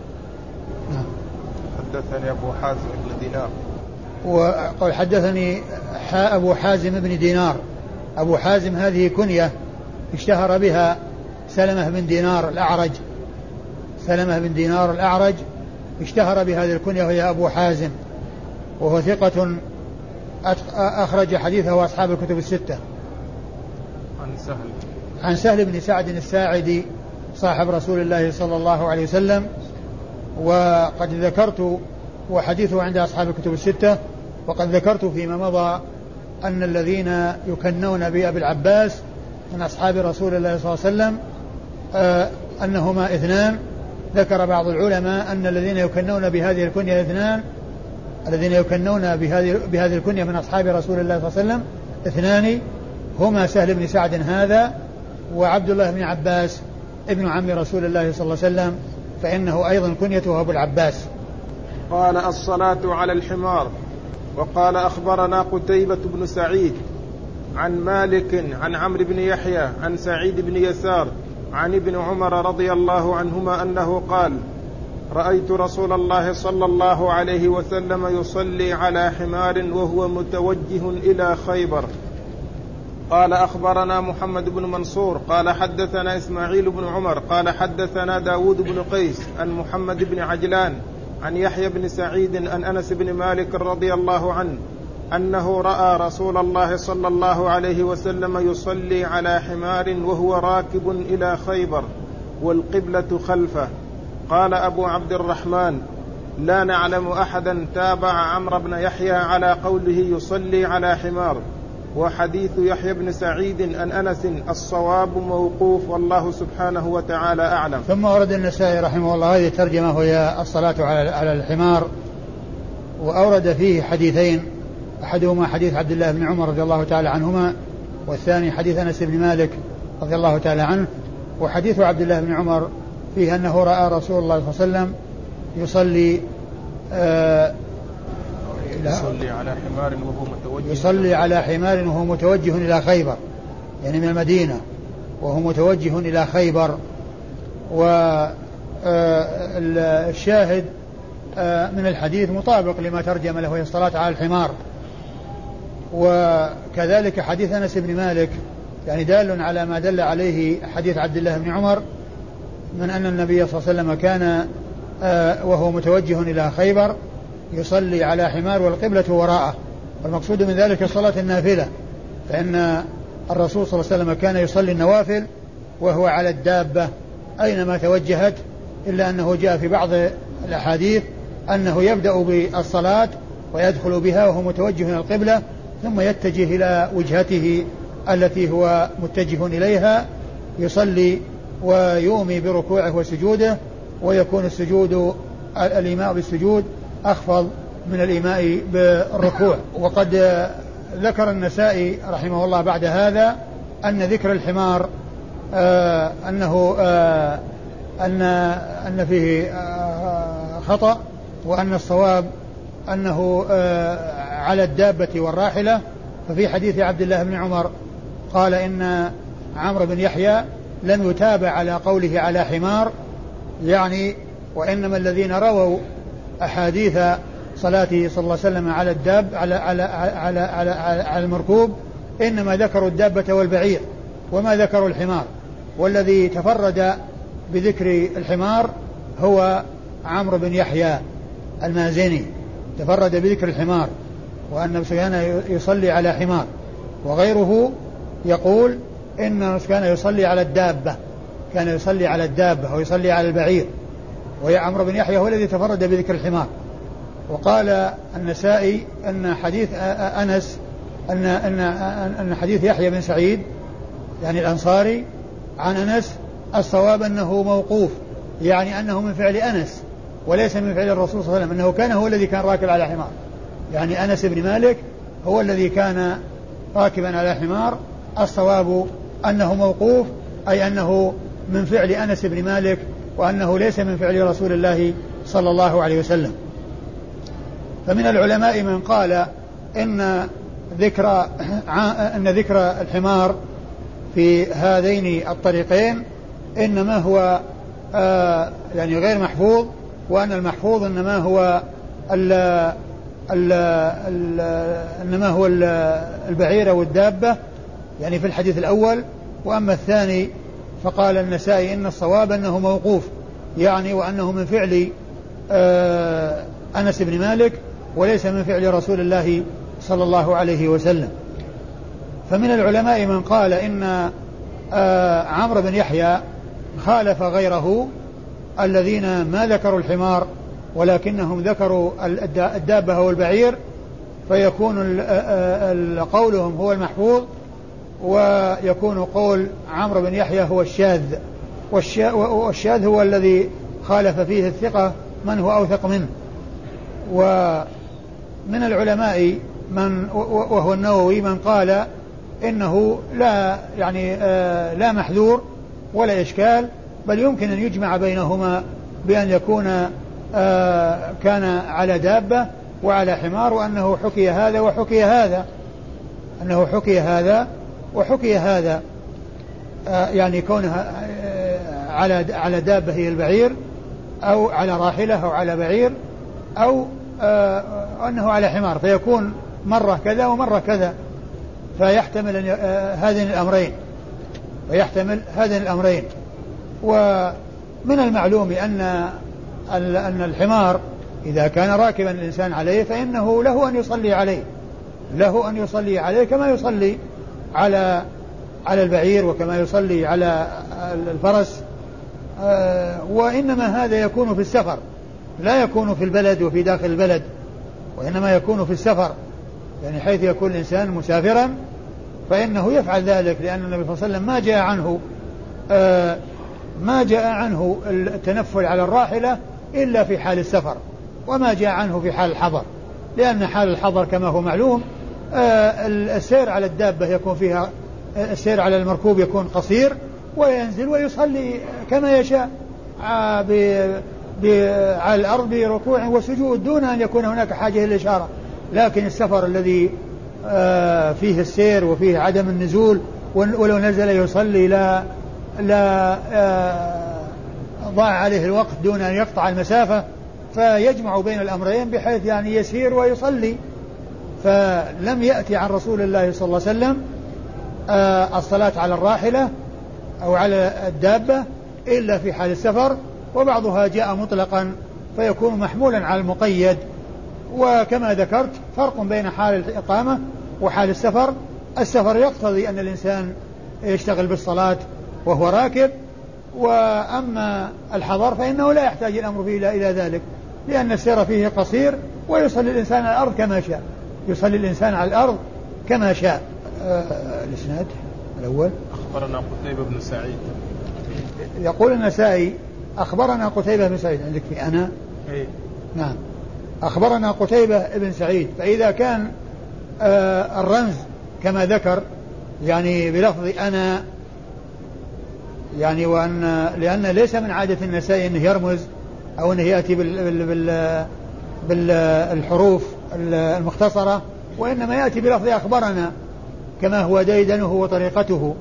حدثني أبو حازم بن دينار وقال حدثني أبو حازم بن دينار. أبو حازم هذه كنية اشتهر بها سلمة بن دينار الأعرج سلمة بن دينار الأعرج اشتهر بهذه الكنية وهي أبو حازم، وهو ثقة أخرج حديثه وأصحاب الكتب الستة. عن سهل عن سهل بن سعد الساعدي صاحب رسول الله صلى الله عليه وسلم، وقد ذكرت وحديثه عند أصحاب الكتب الستة، وقد ذكرت فيما مضى أن الذين يكنون بأبي العباس من أصحاب رسول الله صلى الله عليه وسلم آه أنهما اثنان. ذكر بعض العلماء أن الذين يكنون بهذه الكنية اثنان الذين يكنون بهذه بهذه الكنية من أصحاب رسول الله صلى الله عليه وسلم اثنان، هما سهل بن سعد هذا وعبد الله بن عباس ابن عم رسول الله صلى الله عليه وسلم، فإنه أيضا كنيته أبو العباس. قال الصلاة على الحمار. وقال أخبرنا قتيبة بن سعيد عن مالك عن عمرو بن يحيى عن سعيد بن يسار عن ابن عمر رضي الله عنهما أنه قال رأيت رسول الله صلى الله عليه وسلم يصلي على حمار وهو متوجه إلى خيبر. قال أخبرنا محمد بن منصور قال حدثنا إسماعيل بن عمر قال حدثنا داود بن قيس عن محمد بن عجلان عن يحيى بن سعيد عن أنس بن مالك رضي الله عنه أنه رأى رسول الله صلى الله عليه وسلم يصلي على حمار وهو راكب إلى خيبر والقبلة خلفه. قال أبو عبد الرحمن لا نعلم أحدا تابع عمرو بن يحيى على قوله يصلي على حمار، وحديث يحيى بن سعيد عن أنس الصواب موقوف والله سبحانه وتعالى أعلم. ثم ورد النسائي رحمه الله هذه الترجمة وهي الصلاة على الحمار، وأورد فيه حديثين، أحدهما حديث عبد الله بن عمر رضي الله تعالى عنهما، والثاني حديث أنس بن مالك رضي الله تعالى عنه. وحديث عبد الله بن عمر فيه أنه رأى رسول الله صلى الله عليه وسلم يصلي آه يصلي على حمار وهو متوجه يصلي على حمار وهو متوجه إلى خيبر، يعني من المدينة وهو متوجه إلى خيبر. والشاهد من الحديث مطابق لما ترجم له، هي الصلاة على الحمار. وكذلك حديث أنس بن مالك يعني دال على ما دل عليه حديث عبد الله بن عمر من أن النبي صلى الله عليه وسلم كان وهو متوجه إلى خيبر يصلي على حمار والقبلة وراءه. والمقصود من ذلك صلاة النافلة، فإن الرسول صلى الله عليه وسلم كان يصلي النوافل وهو على الدابة أينما توجهت، إلا أنه جاء في بعض الأحاديث أنه يبدأ بالصلاة ويدخل بها وهو متوجه إلى القبلة، ثم يتجه إلى وجهته التي هو متجه إليها، يصلي ويومي بركوعه وسجوده، ويكون السجود الإيماء بالسجود أخفض من الإيماء بالركوع. وقد ذكر النسائي رحمه الله بعد هذا أن ذكر الحمار آه أنه آه أن أن فيه آه خطأ، وأن الصواب أنه آه على الدابة والراحلة. ففي حديث عبد الله بن عمر قال إن عمرو بن يحيى لم يتابع على قوله على حمار، يعني وإنما الذين رووا أحاديث صلاته صلى الله عليه وسلم على الداب على على على على, على, على المركوب إنما ذكروا الدابة والبعير وما ذكروا الحمار. والذي تفرد بذكر الحمار هو عمرو بن يحيى المازني، تفرد بذكر الحمار وأن كان يصلي على حمار، وغيره يقول إن كان يصلي على الدابة، كان يصلي على الدابة ويصلي على البعير. وعمرو بن يحيى هو الذي تفرد بذكر الحمار. وقال النسائي أن حديث أنس أن أن أن حديث يحيى بن سعيد يعني الأنصاري عن أنس الصواب أنه موقوف، يعني أنه من فعل أنس وليس من فعل الرسول صلى الله عليه وسلم، أنه كان هو الذي كان راكب على حمار، يعني أنس بن مالك هو الذي كان راكبا على حمار. الصواب أنه موقوف، أي أنه من فعل أنس بن مالك، وأنه ليس من فعل رسول الله صلى الله عليه وسلم. فمن العلماء من قال إن ذكر أن ذكر الحمار في هذين الطريقين إنما هو آه يعني غير محفوظ، وأن المحفوظ إنما هو ال ال ال إنما هو البعير والدابة يعني في الحديث الأول. وأما الثاني فقال النسائي إن الصواب أنه موقوف، يعني وأنه من فعل آه أنس بن مالك وليس من فعل رسول الله صلى الله عليه وسلم. فمن العلماء من قال إن آه عمرو بن يحيى خالف غيره الذين ما ذكروا الحمار ولكنهم ذكروا الدابة والبعير، فيكون قولهم هو المحفوظ، ويكون قول عمرو بن يحيى هو الشاذ، والشاذ هو الذي خالف فيه الثقة من هو أوثق منه. ومن العلماء من وهو النووي من قال إنه لا يعني لا محذور ولا إشكال، بل يمكن أن يجمع بينهما بأن يكون كان على دابة وعلى حمار، وأنه حكي هذا وحكي هذا، أنه حكي هذا وحكي هذا، يعني كونها على على دابة هي البعير، أو على راحلة أو على بعير، أو أنه على حمار، فيكون مرة كذا ومرة كذا، فيحتمل هذين الأمرين ويحتمل هذين الأمرين. ومن المعلوم أن أن الحمار إذا كان راكبا الإنسان عليه فإنه له أن يصلي عليه، له أن يصلي عليه كما يصلي على على البعير وكما يصلي على الفرس. وإنما هذا يكون في السفر، لا يكون في البلد وفي داخل البلد، وإنما يكون في السفر، يعني حيث يكون الإنسان مسافرا فإنه يفعل ذلك، لأن النبي صلى الله عليه وسلم ما جاء عنه آه ما جاء عنه التنفل على الراحلة إلا في حال السفر، وما جاء عنه في حال الحضر، لأن حال الحضر كما هو معلوم آه السير على الدابة يكون فيها السير على المركوب يكون قصير، وينزل ويصلي كما يشاء على الأرض بركوع وسجود دون أن يكون هناك حاجة للإشارة. لكن السفر الذي فيه السير وفيه عدم النزول، ولو نزل يصلي لا لا ضاع عليه الوقت دون أن يقطع المسافة، فيجمع بين الأمرين بحيث يعني يسير ويصلي. فلم يأتي عن رسول الله صلى الله عليه وسلم الصلاة على الراحلة أو على الدابة إلا في حال السفر، وبعضها جاء مطلقا فيكون محمولا على المقيد. وكما ذكرت فرق بين حال الإقامة وحال السفر. السفر يقتضي أن الإنسان يشتغل بالصلاة وهو راكب، وأما الحضر فإنه لا يحتاج الأمر فيه إلى ذلك، لأن السير فيه قصير ويصلي الإنسان على الأرض كما شاء يصلي الإنسان على الأرض كما شاء. آه الإسناد الأول أخبرنا قتيبة بن سعيد. يقول النسائي أخبرنا قتيبة بن سعيد، عندك في أنا أي نعم أخبرنا قتيبة بن سعيد. فإذا كان آه الرمز كما ذكر يعني بلفظ أنا يعني وأن لأن ليس من عادة النسائي أنه يرمز أو أنه يأتي بال بال بالحروف المختصرة، وإنما يأتي بلفظ أخبرنا كما هو ديدنه وطريقته.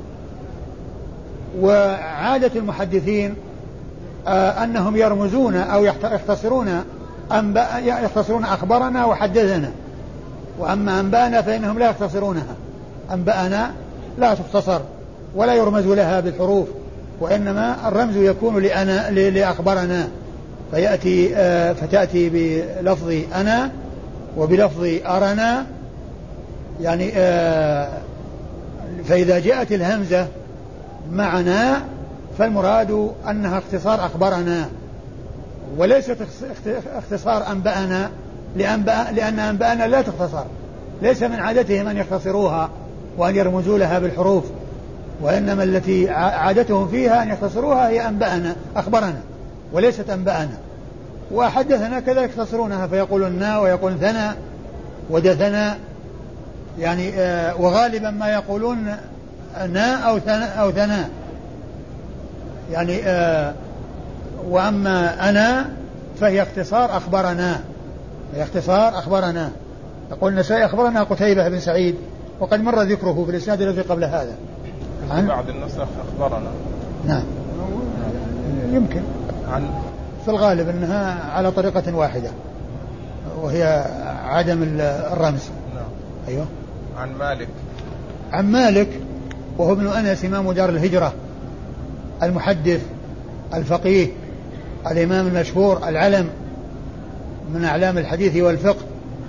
وعادة المحدثين آه أنهم يرمزون أو يختصرون يختصرون أخبرنا وحدثنا، وأما أنبأنا فإنهم لا يختصرونها. أنبأنا لا تختصر ولا يرمز لها بالحروف، وإنما الرمز يكون لأنا لأخبرنا، فيأتي آه فتأتي بلفظ أنا وبلفظ أرنا يعني آه فإذا جاءت الهمزة معنا فالمراد أنها اختصار أخبرنا، وليست اختصار أنبأنا، لأن أنبأنا لا تختصر، ليس من عادتهم أن يختصروها وأن يرمزوا لها بالحروف، وإنما التي عادتهم فيها أن يختصروها هي أنبأنا أخبرنا وليست أنبأنا. وحدثنا كذا يختصرونها فيقولون نا ويقول ثنا ودثنا يعني آه وغالبا ما يقولون نا أو ثنا أو ثنا يعني آه وأما أنا فهي اختصار أخبرنا هي اختصار أخبرنا. يقول النسائي أخبرنا قتيبة بن سعيد، وقد مر ذكره في الإسناد الذي قبل هذا. عن بعض النسخ أخبرنا نعم يمكن عن في الغالب أنها على طريقة واحدة وهي عدم الرمز. نعم. أيوه. عن مالك عن مالك وهو ابن أنس إمام دار الهجرة المحدث الفقيه الإمام المشهور العلم من أعلام الحديث والفقه،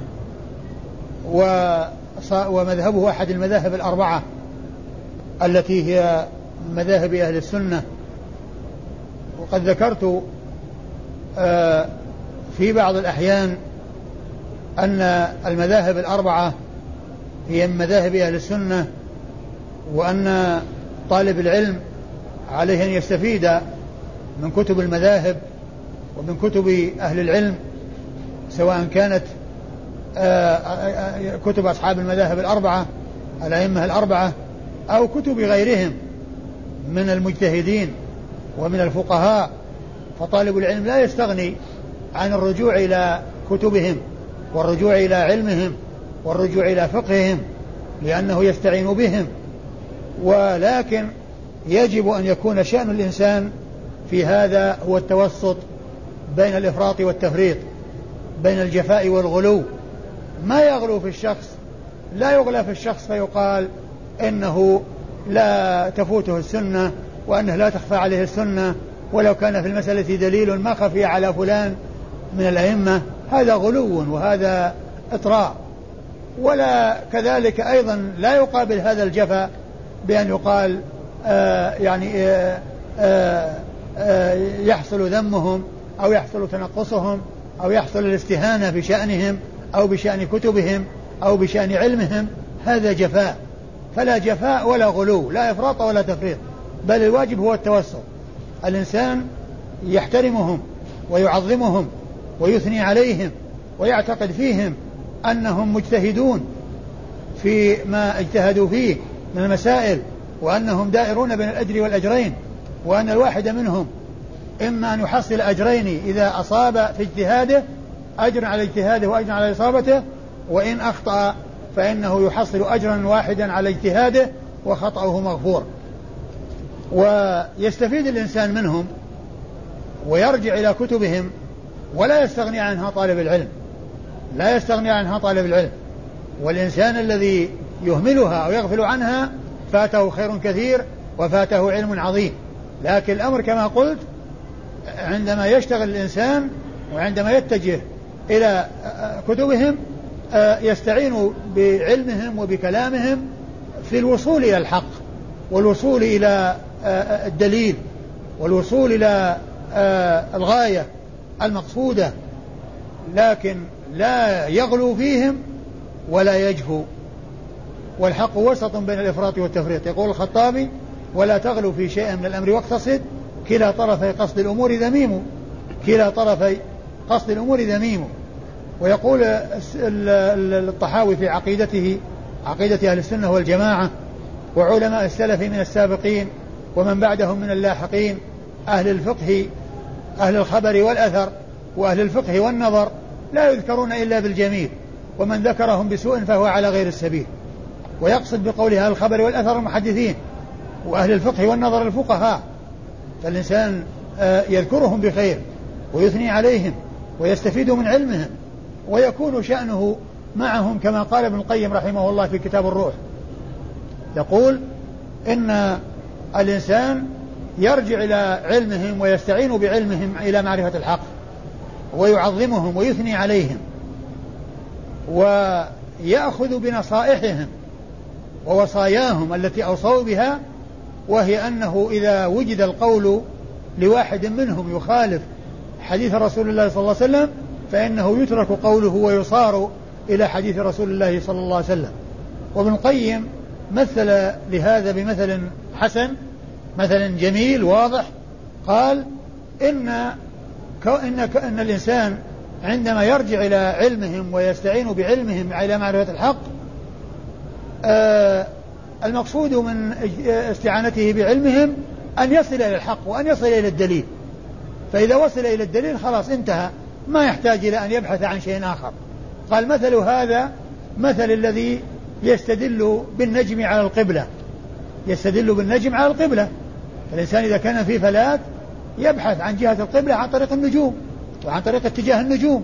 ومذهبه أحد المذاهب الأربعة التي هي مذاهب أهل السنة. وقد ذكرت في بعض الأحيان أن المذاهب الأربعة هي من مذاهب أهل السنة، وأن طالب العلم عليه أن يستفيد من كتب المذاهب ومن كتب أهل العلم، سواء كانت كتب أصحاب المذاهب الأربعة الأئمة الأربعة أو كتب غيرهم من المجتهدين ومن الفقهاء. فطالب العلم لا يستغني عن الرجوع إلى كتبهم والرجوع إلى علمهم والرجوع إلى فقههم، لأنه يستعين بهم. ولكن يجب أن يكون شأن الإنسان في هذا هو التوسط بين الإفراط والتفريط، بين الجفاء والغلو. ما يغلو في الشخص، لا يغلى في الشخص فيقال إنه لا تفوته السنة وأنه لا تخفى عليه السنة، ولو كان في المسألة دليل ما خفي على فلان من الأئمة، هذا غلو وهذا إطراء. ولا كذلك أيضا لا يقابل هذا الجفاء بأن يقال آه يعني آه آه آه يحصل ذمهم أو يحصل تنقصهم أو يحصل الاستهانة بشأنهم أو بشأن كتبهم أو بشأن علمهم، هذا جفاء فلا جفاء ولا غلو، لا إفراط ولا تفريط، بل الواجب هو التوسط. الإنسان يحترمهم ويعظمهم ويثني عليهم ويعتقد فيهم أنهم مجتهدون في ما اجتهدوا فيه من المسائل، وأنهم دائرون بين الأجر والأجرين، وأن الواحد منهم إما أن يحصل أجرين إذا أصاب في اجتهاده، أجر على اجتهاده وأجر على إصابته، وإن أخطأ فإنه يحصل أجرا واحدا على اجتهاده وخطأه مغفور. ويستفيد الإنسان منهم ويرجع إلى كتبهم ولا يستغني عنها طالب العلم، لا يستغني عنها طالب العلم. والإنسان الذي يهملها أو يغفل عنها فاته خير كثير وفاته علم عظيم. لكن الأمر كما قلت عندما يشتغل الإنسان وعندما يتجه إلى كتبهم يستعين بعلمهم وبكلامهم في الوصول إلى الحق والوصول إلى الدليل والوصول إلى الغاية المقصودة، لكن لا يغلو فيهم ولا يجفو. والحق وسط بين الإفراط والتفريط. يقول الخطابي: ولا تغلو في شيء من الأمر واقتصد، كلا طرفي قصد الأمور ذميم، كلا طرفي قصد الأمور ذميم. ويقول الطحاوي في عقيدته، عقيدة أهل السنة والجماعة وعلماء السلف من السابقين ومن بعدهم من اللاحقين، أهل الفقه أهل الخبر والأثر وأهل الفقه والنظر لا يذكرون إلا بالجميل، ومن ذكرهم بسوء فهو على غير السبيل. ويقصد بقولها الخبر والأثر المحدثين، وأهل الفقه والنظر الفقهاء. فالإنسان يذكرهم بخير ويثني عليهم ويستفيد من علمهم ويكون شأنه معهم، كما قال ابن القيم رحمه الله في كتاب الروح، يقول إن الإنسان يرجع إلى علمهم ويستعين بعلمهم إلى معرفة الحق ويعظمهم ويثني عليهم ويأخذ بنصائحهم ووصاياهم التي أوصوا بها، وهي أنه إذا وجد القول لواحد منهم يخالف حديث رسول الله صلى الله عليه وسلم فإنه يترك قوله ويصار إلى حديث رسول الله صلى الله عليه وسلم. وابن القيم مثل لهذا بمثل حسن، مثل جميل واضح، قال إن إن إن الإنسان عندما يرجع إلى علمهم ويستعين بعلمهم إلى معرفة الحق، آه المقصود من استعانته بعلمهم أن يصل إلى الحق وأن يصل إلى الدليل. فإذا وصل إلى الدليل خلاص انتهى، ما يحتاج إلى أن يبحث عن شيء آخر. قال مثل هذا مثل الذي يستدل بالنجم على القبلة، يستدل بالنجم على القبلة. الإنسان إذا كان في فلات يبحث عن جهة القبلة عن طريق النجوم وعن طريق اتجاه النجوم.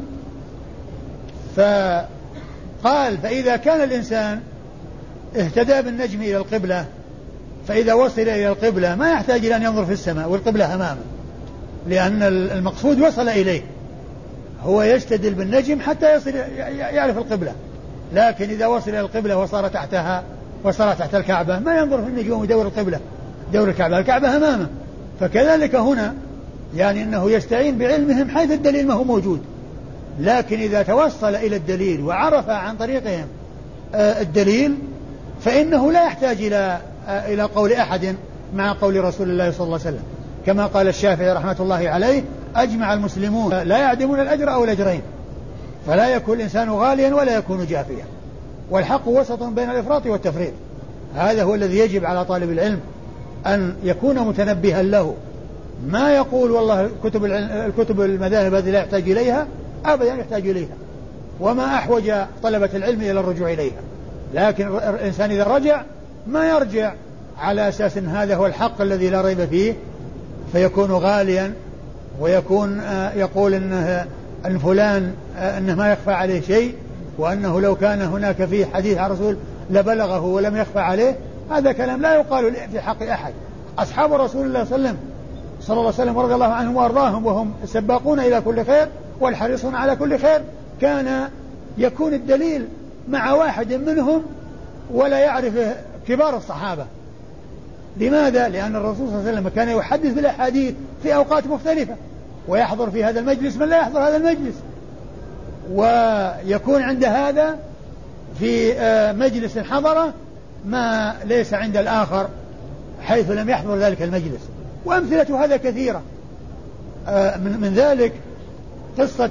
فقال فإذا كان الإنسان اهتدى بالنجم إلى القبلة، فإذا وصل إلى القبلة ما يحتاج إلى أن ينظر في السماء والقبلة أمامه، لأن المقصود وصل إليه، هو يستدل بالنجم حتى يصل يعرف القبلة. لكن إذا وصل إلى القبلة وصار تحتها وصار تحت الكعبة ما ينظر في النجوم ودور القبلة دور الكعبة، الكعبة أمامه. فكذلك هنا يعني أنه يستعين بعلمهم حيث الدليل ما هو موجود، لكن إذا توصل إلى الدليل وعرف عن طريقهم الدليل فإنه لا يحتاج إلى إلى قول أحد مع قول رسول الله صلى الله عليه وسلم، كما قال الشافعي رحمة الله عليه: أجمع المسلمون لا يعدمون الأجر أو الأجرين، فلا يكون الإنسان غاليا ولا يكون جافيا. والحق وسط بين الإفراط والتفريط. هذا هو الذي يجب على طالب العلم أن يكون متنبها له، ما يقول والله كتب الكتب المذاهب هذه لا يحتاج إليها، أبدا يحتاج إليها، وما أحوج طلبة العلم إلى الرجوع إليها. لكن الإنسان إذا رجع ما يرجع على أساس أن هذا هو الحق الذي لا ريب فيه، فيكون غاليا ويكون يقول إنه أن فلان أنه ما يخفى عليه شيء، وأنه لو كان هناك فيه حديث عن رسول لبلغه ولم يخفى عليه. هذا كلام لا يقال في حق أحد. أصحاب رسول الله صلى الله عليه وسلم صلى الله عليه وسلم رضي الله عنهم وأرضاهم وهم السباقون إلى كل خير والحريصون على كل خير، كان يكون الدليل مع واحد منهم ولا يعرفه كبار الصحابة. لماذا؟ لأن الرسول صلى الله عليه وسلم كان يحدث بالأحاديث في أوقات مختلفة، ويحضر في هذا المجلس من لا يحضر هذا المجلس، ويكون عند هذا في مجلس حضره ما ليس عند الآخر حيث لم يحضر ذلك المجلس. وأمثلة هذا كثيرة. من, من ذلك قصة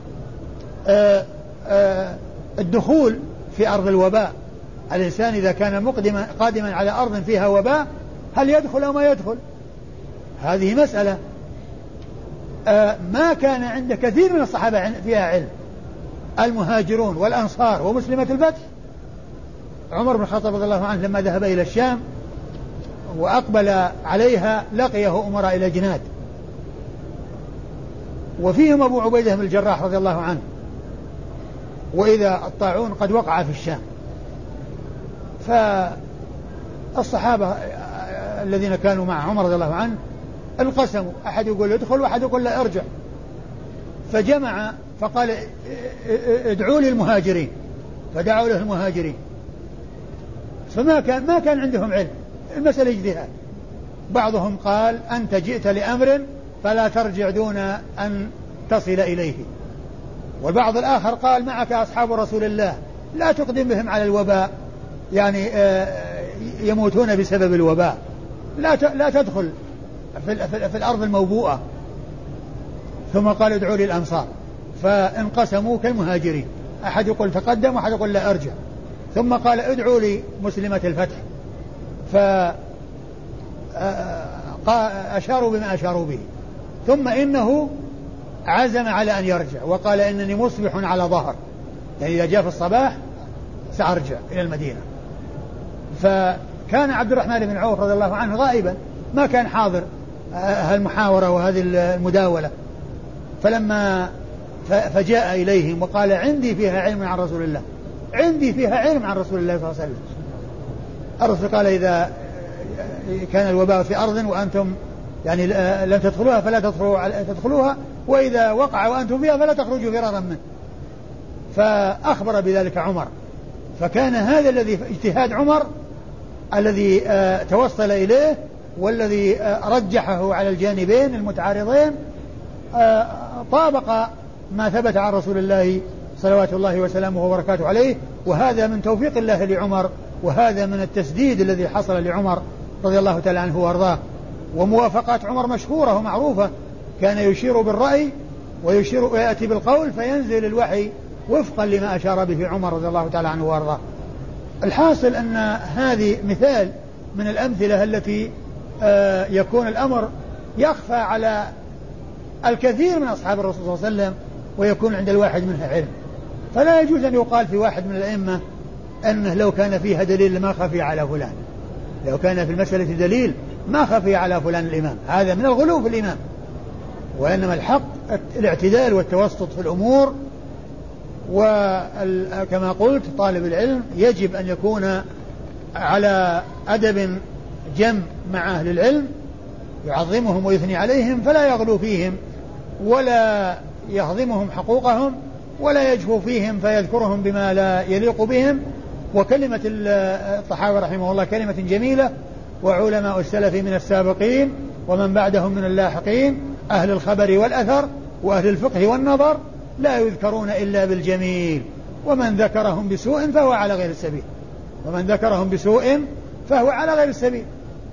الدخول في أرض الوباء. الإنسان إذا كان مقدما قادما على أرض فيها وباء هل يدخل أو ما يدخل؟ هذه مسألة. ما كان عند كثير من الصحابة فيها علم، المهاجرون والأنصار ومسلمة الفتح. عمر بن الخطاب رضي الله عنه لما ذهب إلى الشام وأقبل عليها لقيه أمراء إلى جناد، وفيهم أبو عبيدة بن الجراح رضي الله عنه، وإذا الطاعون قد وقع في الشام. فالصحابة الذين كانوا مع عمر رضي الله عنه انقسموا، أحد يقول ادخل وأحد يقول لا ارجع. فجمع فقال ادعوا لي المهاجرين، فدعوا له المهاجرين. فما كان ما كان عندهم علم، المسألة اجتهاد. بعضهم قال أنت جئت لأمر فلا ترجع دون أن تصل إليه، والبعض الآخر قال معك أصحاب رسول الله لا تقدم بهم على الوباء، يعني يموتون بسبب الوباء، لا لا تدخل في, في الأرض الموبوءة. ثم قال ادعوا لي الأنصار، فانقسموا كالمهاجرين، أحد يقول تقدم وأحد يقول لا أرجع. ثم قال ادعوا لي مسلمة الفتح، فأشاروا بما أشاروا به. ثم إنه عزم على أن يرجع وقال إنني مصبح على ظهر، يعني إذا جاء في الصباح سأرجع إلى المدينة. فكان عبد الرحمن بن عوف رضي الله عنه غائبا، ما كان حاضر هالمحاورة وهذه المداولة. فلما فجاء إليهم وقال عندي فيها علم عن رسول الله، عندي فيها علم عن رسول الله صلى الله عليه وسلم. الرسول قال إذا كان الوباء في أرض وأنتم يعني لم تدخلوها فلا تدخلوا تدخلوها، وإذا وقع وأنتم فيها فلا تخرجوا فرارا منه. فأخبر بذلك عمر. فكان هذا الذي اجتهاد عمر الذي توصل إليه والذي رجحه على الجانبين المتعارضين طابق ما ثبت عن رسول الله صلوات الله وسلامه وبركاته عليه. وهذا من توفيق الله لعمر، وهذا من التسديد الذي حصل لعمر رضي الله تعالى عنه وارضاه. وموافقات عمر مشهورة ومعروفة، كان يشير بالرأي ويشير ويأتي بالقول فينزل الوحي وفقا لما أشار به عمر رضي الله تعالى عنه وارضاه. الحاصل أن هذه مثال من الأمثلة التي يكون الأمر يخفى على الكثير من أصحاب الرسول صلى الله عليه وسلم ويكون عند الواحد منها علم. فلا يجوز أن يقال في واحد من الأئمة أنه لو كان فيها دليل ما خفي على فلان، لو كان في المسألة دليل ما خفي على فلان الإمام، هذا من الغلو في الإمام. وإنما الحق الاعتدال والتوسط في الأمور. وكما قلت طالب العلم يجب أن يكون على أدب جم مع أهل العلم، يعظمهم ويثني عليهم، فلا يغلو فيهم ولا يهضمهم حقوقهم ولا يجفو فيهم فيذكرهم بما لا يليق بهم. وكلمة الطحاوي رحمه الله كلمة جميلة: وعلماء السلف من السابقين ومن بعدهم من اللاحقين أهل الخبر والأثر وأهل الفقه والنظر لا يذكرون إلا بالجميل، ومن ذكرهم بسوء فهو على غير السبيل، ومن ذكرهم بسوء فهو على غير السبيل.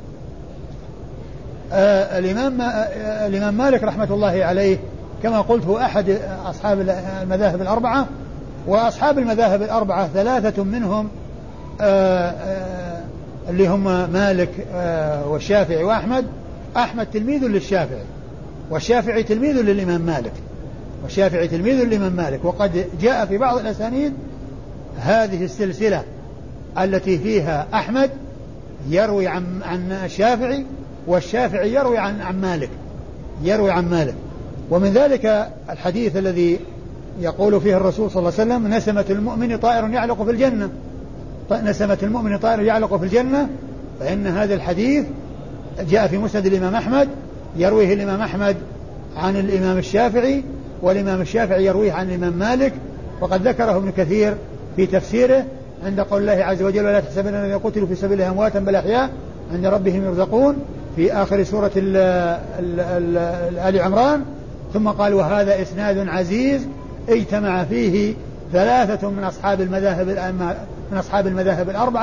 آه الإمام, آه الإمام مالك رحمة الله عليه كما قلت هو أحد أصحاب المذاهب الأربعة، وأصحاب المذاهب الأربعة ثلاثة منهم آه آه اللي هم مالك آه والشافعي وأحمد. أحمد تلميذ للشافعي، والشافعي تلميذ للإمام مالك، والشافعي تلميذ للإمام مالك. وقد جاء في بعض الأسانيد هذه السلسلة التي فيها أحمد يروي عن عن الشافعي، والشافعي يروي عن عن مالك يروي عن مالك. ومن ذلك الحديث الذي يقول فيه الرسول صلى الله عليه وسلم: نسمة المؤمن طائر يعلق في الجنة، نسمة المؤمن طائر يعلق في الجنة. فإن هذا الحديث جاء في مسند الإمام أحمد، يرويه الإمام أحمد عن الإمام الشافعي، والإمام الشافعي يرويه عن الإمام مالك. وقد ذكره ابن كثير في تفسيره عند قول الله عز وجل: ولا تحسبن الذين قتلوا في سبيل الله أمواتا بل أحياء عند ربهم يرزقون، في آخر سورة ال ال ال آل عمران. ثم قال: وهذا إسناد عزيز اجتمع فيه ثلاثة من أصحاب المذاهب من أصحاب المذاهب الأربعة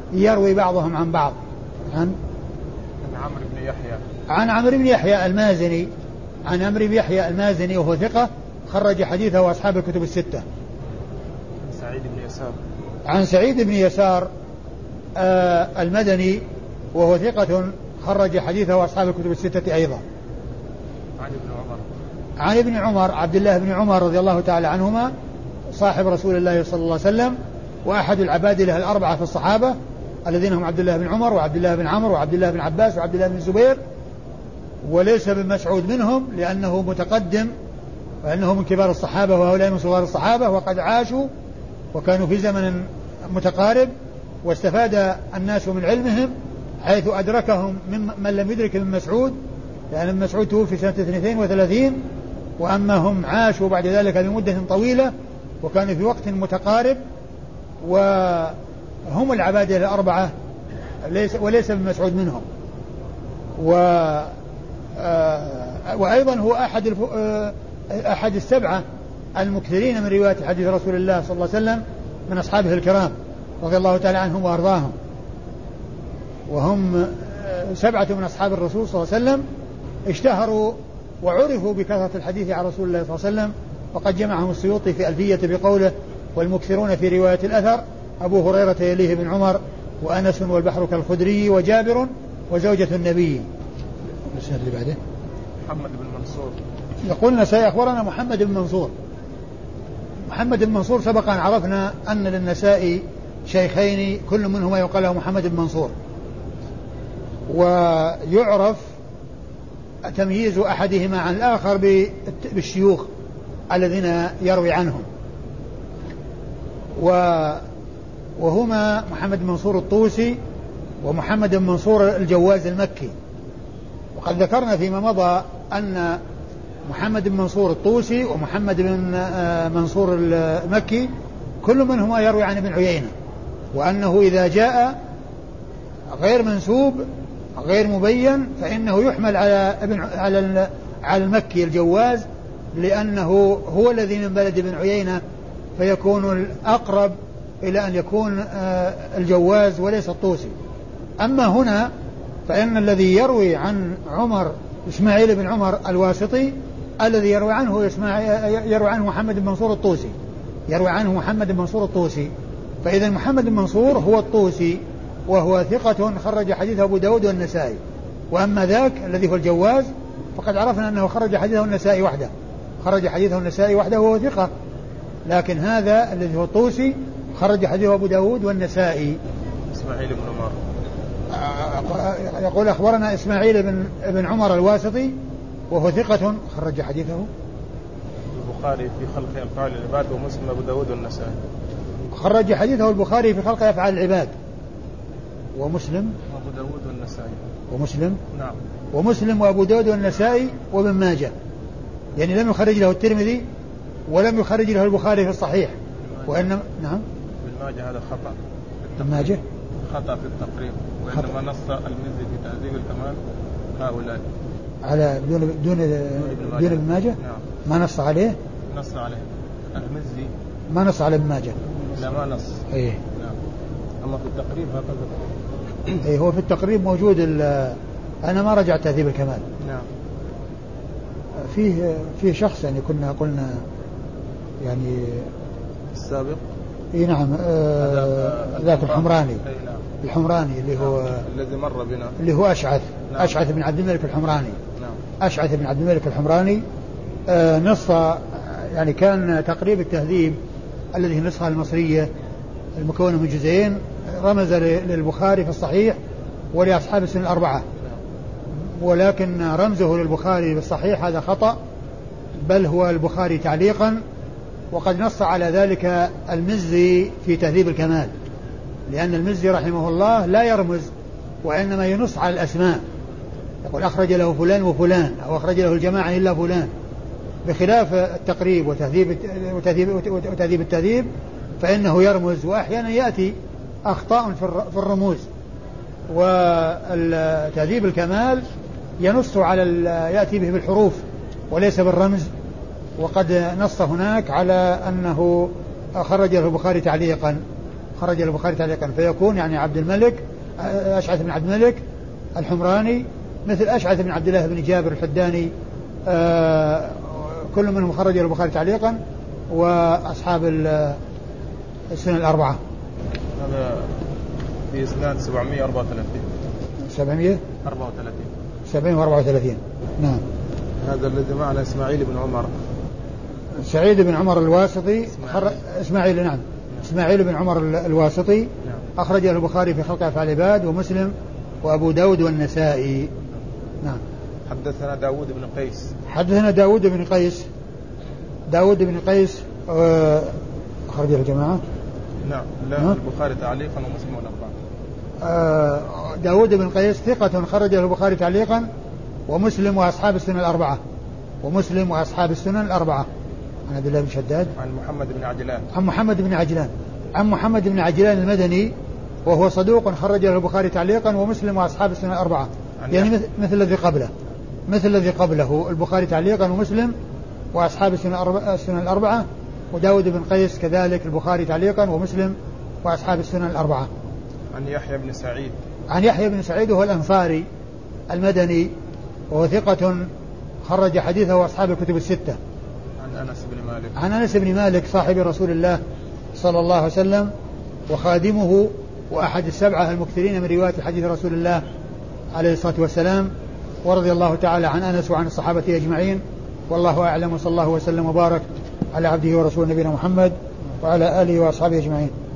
يروي بعضهم عن بعض. عن عن عمرو بن يحيى عن عمرو بن يحيى المازني عن عمرو بن يحيى المازني وهو ثقة خرج حديثه وأصحاب الكتب الستة. سعيد بن يسار عن سعيد بن يسار آه المدني وهو ثقة خرج حديثه وأصحاب الكتب الستة أيضا. عن ابن عمر عن ابن عمر عبد الله بن عمر رضي الله تعالى عنهما صاحب رسول الله صلى الله عليه وسلم وأحد العبادلة الأربعة في الصحابة الذين هم عبد الله بن عمر وعبد الله بن عمرو وعبد الله بن عباس وعبد الله بن الزبير، وليس بن مسعود منهم لأنه متقدم وأنه من كبار الصحابة وهؤلاء من صغار الصحابة وقد عاشوا وكانوا في زمن متقارب، واستفاد الناس من علمهم حيث أدركهم من لم يدرك من مسعود، لأن ابن مسعود توفي سنة اثنتين وثلاثين وأما هم عاشوا بعد ذلك لمدة طويلة وكانوا في وقت متقارب، وهم العبادة الأربعة وليس ابن مسعود منهم. و وأيضا هو أحد أحد السبعة المكثرين من رواية حديث رسول الله صلى الله عليه وسلم من أصحابه الكرام رضي الله تعالى عنهم وأرضاهم، وهم سبعة من أصحاب الرسول صلى الله عليه وسلم اشتهروا وعرفوا بكثرة الحديث عن رسول الله صلى الله عليه وسلم، وقد جمعهم السيوطي في ألفية بقوله والمكثرون في رواية الأثر أبو هريرة يليه بن عمر وأنس والبحر كالخدري وجابر وزوجة النبي. السنة اللي بعده محمد بن منصور. يقولنا سيخبرنا محمد بن منصور. محمد بن منصور سبق أن عرفنا أن للنسائي شيخين كل منهما يقال له محمد بن منصور، ويعرف تمييز أحدهما عن الآخر بالشيوخ الذين يروي عنهم، وهما محمد بن منصور الطوسي ومحمد بن منصور الجواز المكي. وقد ذكرنا فيما مضى أن محمد بن منصور الطوسي ومحمد بن منصور المكي كل منهما يروي عن ابن عيينة، وأنه إذا جاء غير منسوب غير مبين فإنه يحمل على ابن على على المكي الجواز، لأنه هو الذي من بلد ابن عيينة، فيكون الأقرب إلى أن يكون الجواز وليس الطوسي. أما هنا فإن الذي يروي عن عمر إسماعيل بن عمر الواسطي الذي يروي عنه يروي عنه محمد بن منصور الطوسي يروي عنه محمد بن منصور الطوسي فإذا محمد بن منصور هو الطوسي وهو ثقة خرج حديثه أبو داود والنسائي. وأما ذاك الذي هو الجواز فقد عرفنا أنه خرج حديثه النسائي وحده خرج حديثه النسائي وحده وهو ثقة، لكن هذا الذي هو الطوسي خرج حديثه أبو داود والنسائي. إسماعيل بن عمر يقول أخبرنا إسماعيل بن, بن عمر الواسطي وهو ثقة خرج حديثه البخاري في خلق أفعال العباد ومسلم أبو داود والنسائي. خرج حديثه البخاري في خلق أفعال العباد ومسلم وأبو داود والنسائي ومسلم نعم ومسلم وأبو داود والنسائي وابن ماجه، يعني لم يخرج له الترمذي ولم يخرج له البخاري في الصحيح وإنما نعم ابن ماجه هذا خطأ ابن ماجه خطأ في التقريب، وإنما نص المزي في تهذيب الكمال هؤلاء على دون دون دون ابن ماجه. نعم. ما نص عليه نص عليه المزي ما نص على ابن ماجه لا ما نص ايه نعم. أما في التقريب هكذا ايه هو في التقريب موجود. أنا ما رجعت تهذيب الكمال. نعم. فيه فيه شخص يعني كنا قلنا يعني السابق اي نعم آه ذاك الحمراني نعم. الحمراني اللي هو نعم. الذي مر بنا اللي هو أشعث نعم. أشعث بن عبد الملك الحمراني نعم. أشعث بن عبد الملك الحمراني آه نص يعني كان تقريب التهذيب الذي نصها المصرية المكونة من جزئين رمز للبخاري في الصحيح ولأصحاب السنن الأربعة، ولكن رمزه للبخاري بالصحيح هذا خطأ، بل هو البخاري تعليقا، وقد نص على ذلك المزي في تهذيب الكمال، لأن المزي رحمه الله لا يرمز وإنما ينص على الأسماء، يقول أخرج له فلان وفلان أو أخرج له الجماعة إلا فلان، بخلاف التقريب وتهذيب وتهذيب, وتهذيب التهذيب فإنه يرمز، وأحيانا يأتي أخطاء في الرموز. وتهذيب الكمال ينص على يأتي به بالحروف وليس بالرمز، وقد نص هناك على أنه خرج له البخاري تعليقا خرج له البخاري تعليقا، فيكون يعني عبد الملك أشعث بن عبد الملك الحمراني مثل أشعث بن عبد الله بن جابر الحداني، آه كل منهم خرج له البخاري تعليقا، وأصحاب السنن الأربعة. هذا في إسناد سبعمائة وأربعة وثلاثين سبعمائة وأربعة وثلاثين سبعمائة وأربعة وثلاثين. نعم. هذا الذي معنا إسماعيل بن عمر سعيد بن عمر الواسطي إسماعيل, إسماعيل نعم إسماعيل بن عمر الواسطي نعم. أخرج له البخاري في خلق أفعال العباد ومسلم وأبو داود والنسائي. نعم. حدثنا داود بن قيس حدثنا داود بن قيس داود بن قيس أخرج له الجماعة. نعم. لا البخاري تعليقا ومسلم والأربعة. داود بن قيس ثقة خرج له البخاري تعليقا ومسلم وأصحاب السنن الأربعة ومسلم وأصحاب السنن الأربعة. عن عبد الله بن شداد عن محمد بن عجلان عن محمد بن عجلان عن محمد بن عجلان المدني وهو صدوق خرج له البخاري تعليقا ومسلم وأصحاب السنن الأربعة، يعني مثل, مثل الذي قبله مثل الذي قبله البخاري تعليقا ومسلم وأصحاب السنن الأربعة، وداود بن قيس كذلك البخاري تعليقا ومسلم وأصحاب السنن الأربعة. عن يحيى بن سعيد عن يحيى بن سعيد وهو الأنصاري المدني وهو ثقة خرج حديثه أصحاب الكتب الستة. عن أنس بن مالك عن أنس بن مالك صاحب رسول الله صلى الله عليه وسلم وخادمه وأحد السبعة المكثرين من رواية حديث رسول الله عليه الصلاة والسلام، ورضي الله تعالى عن أنس وعن الصحابة أجمعين، والله أعلم، وصلى الله وسلم وبارك على عبده ورسوله نبينا محمد وعلى آله وأصحابه أجمعين.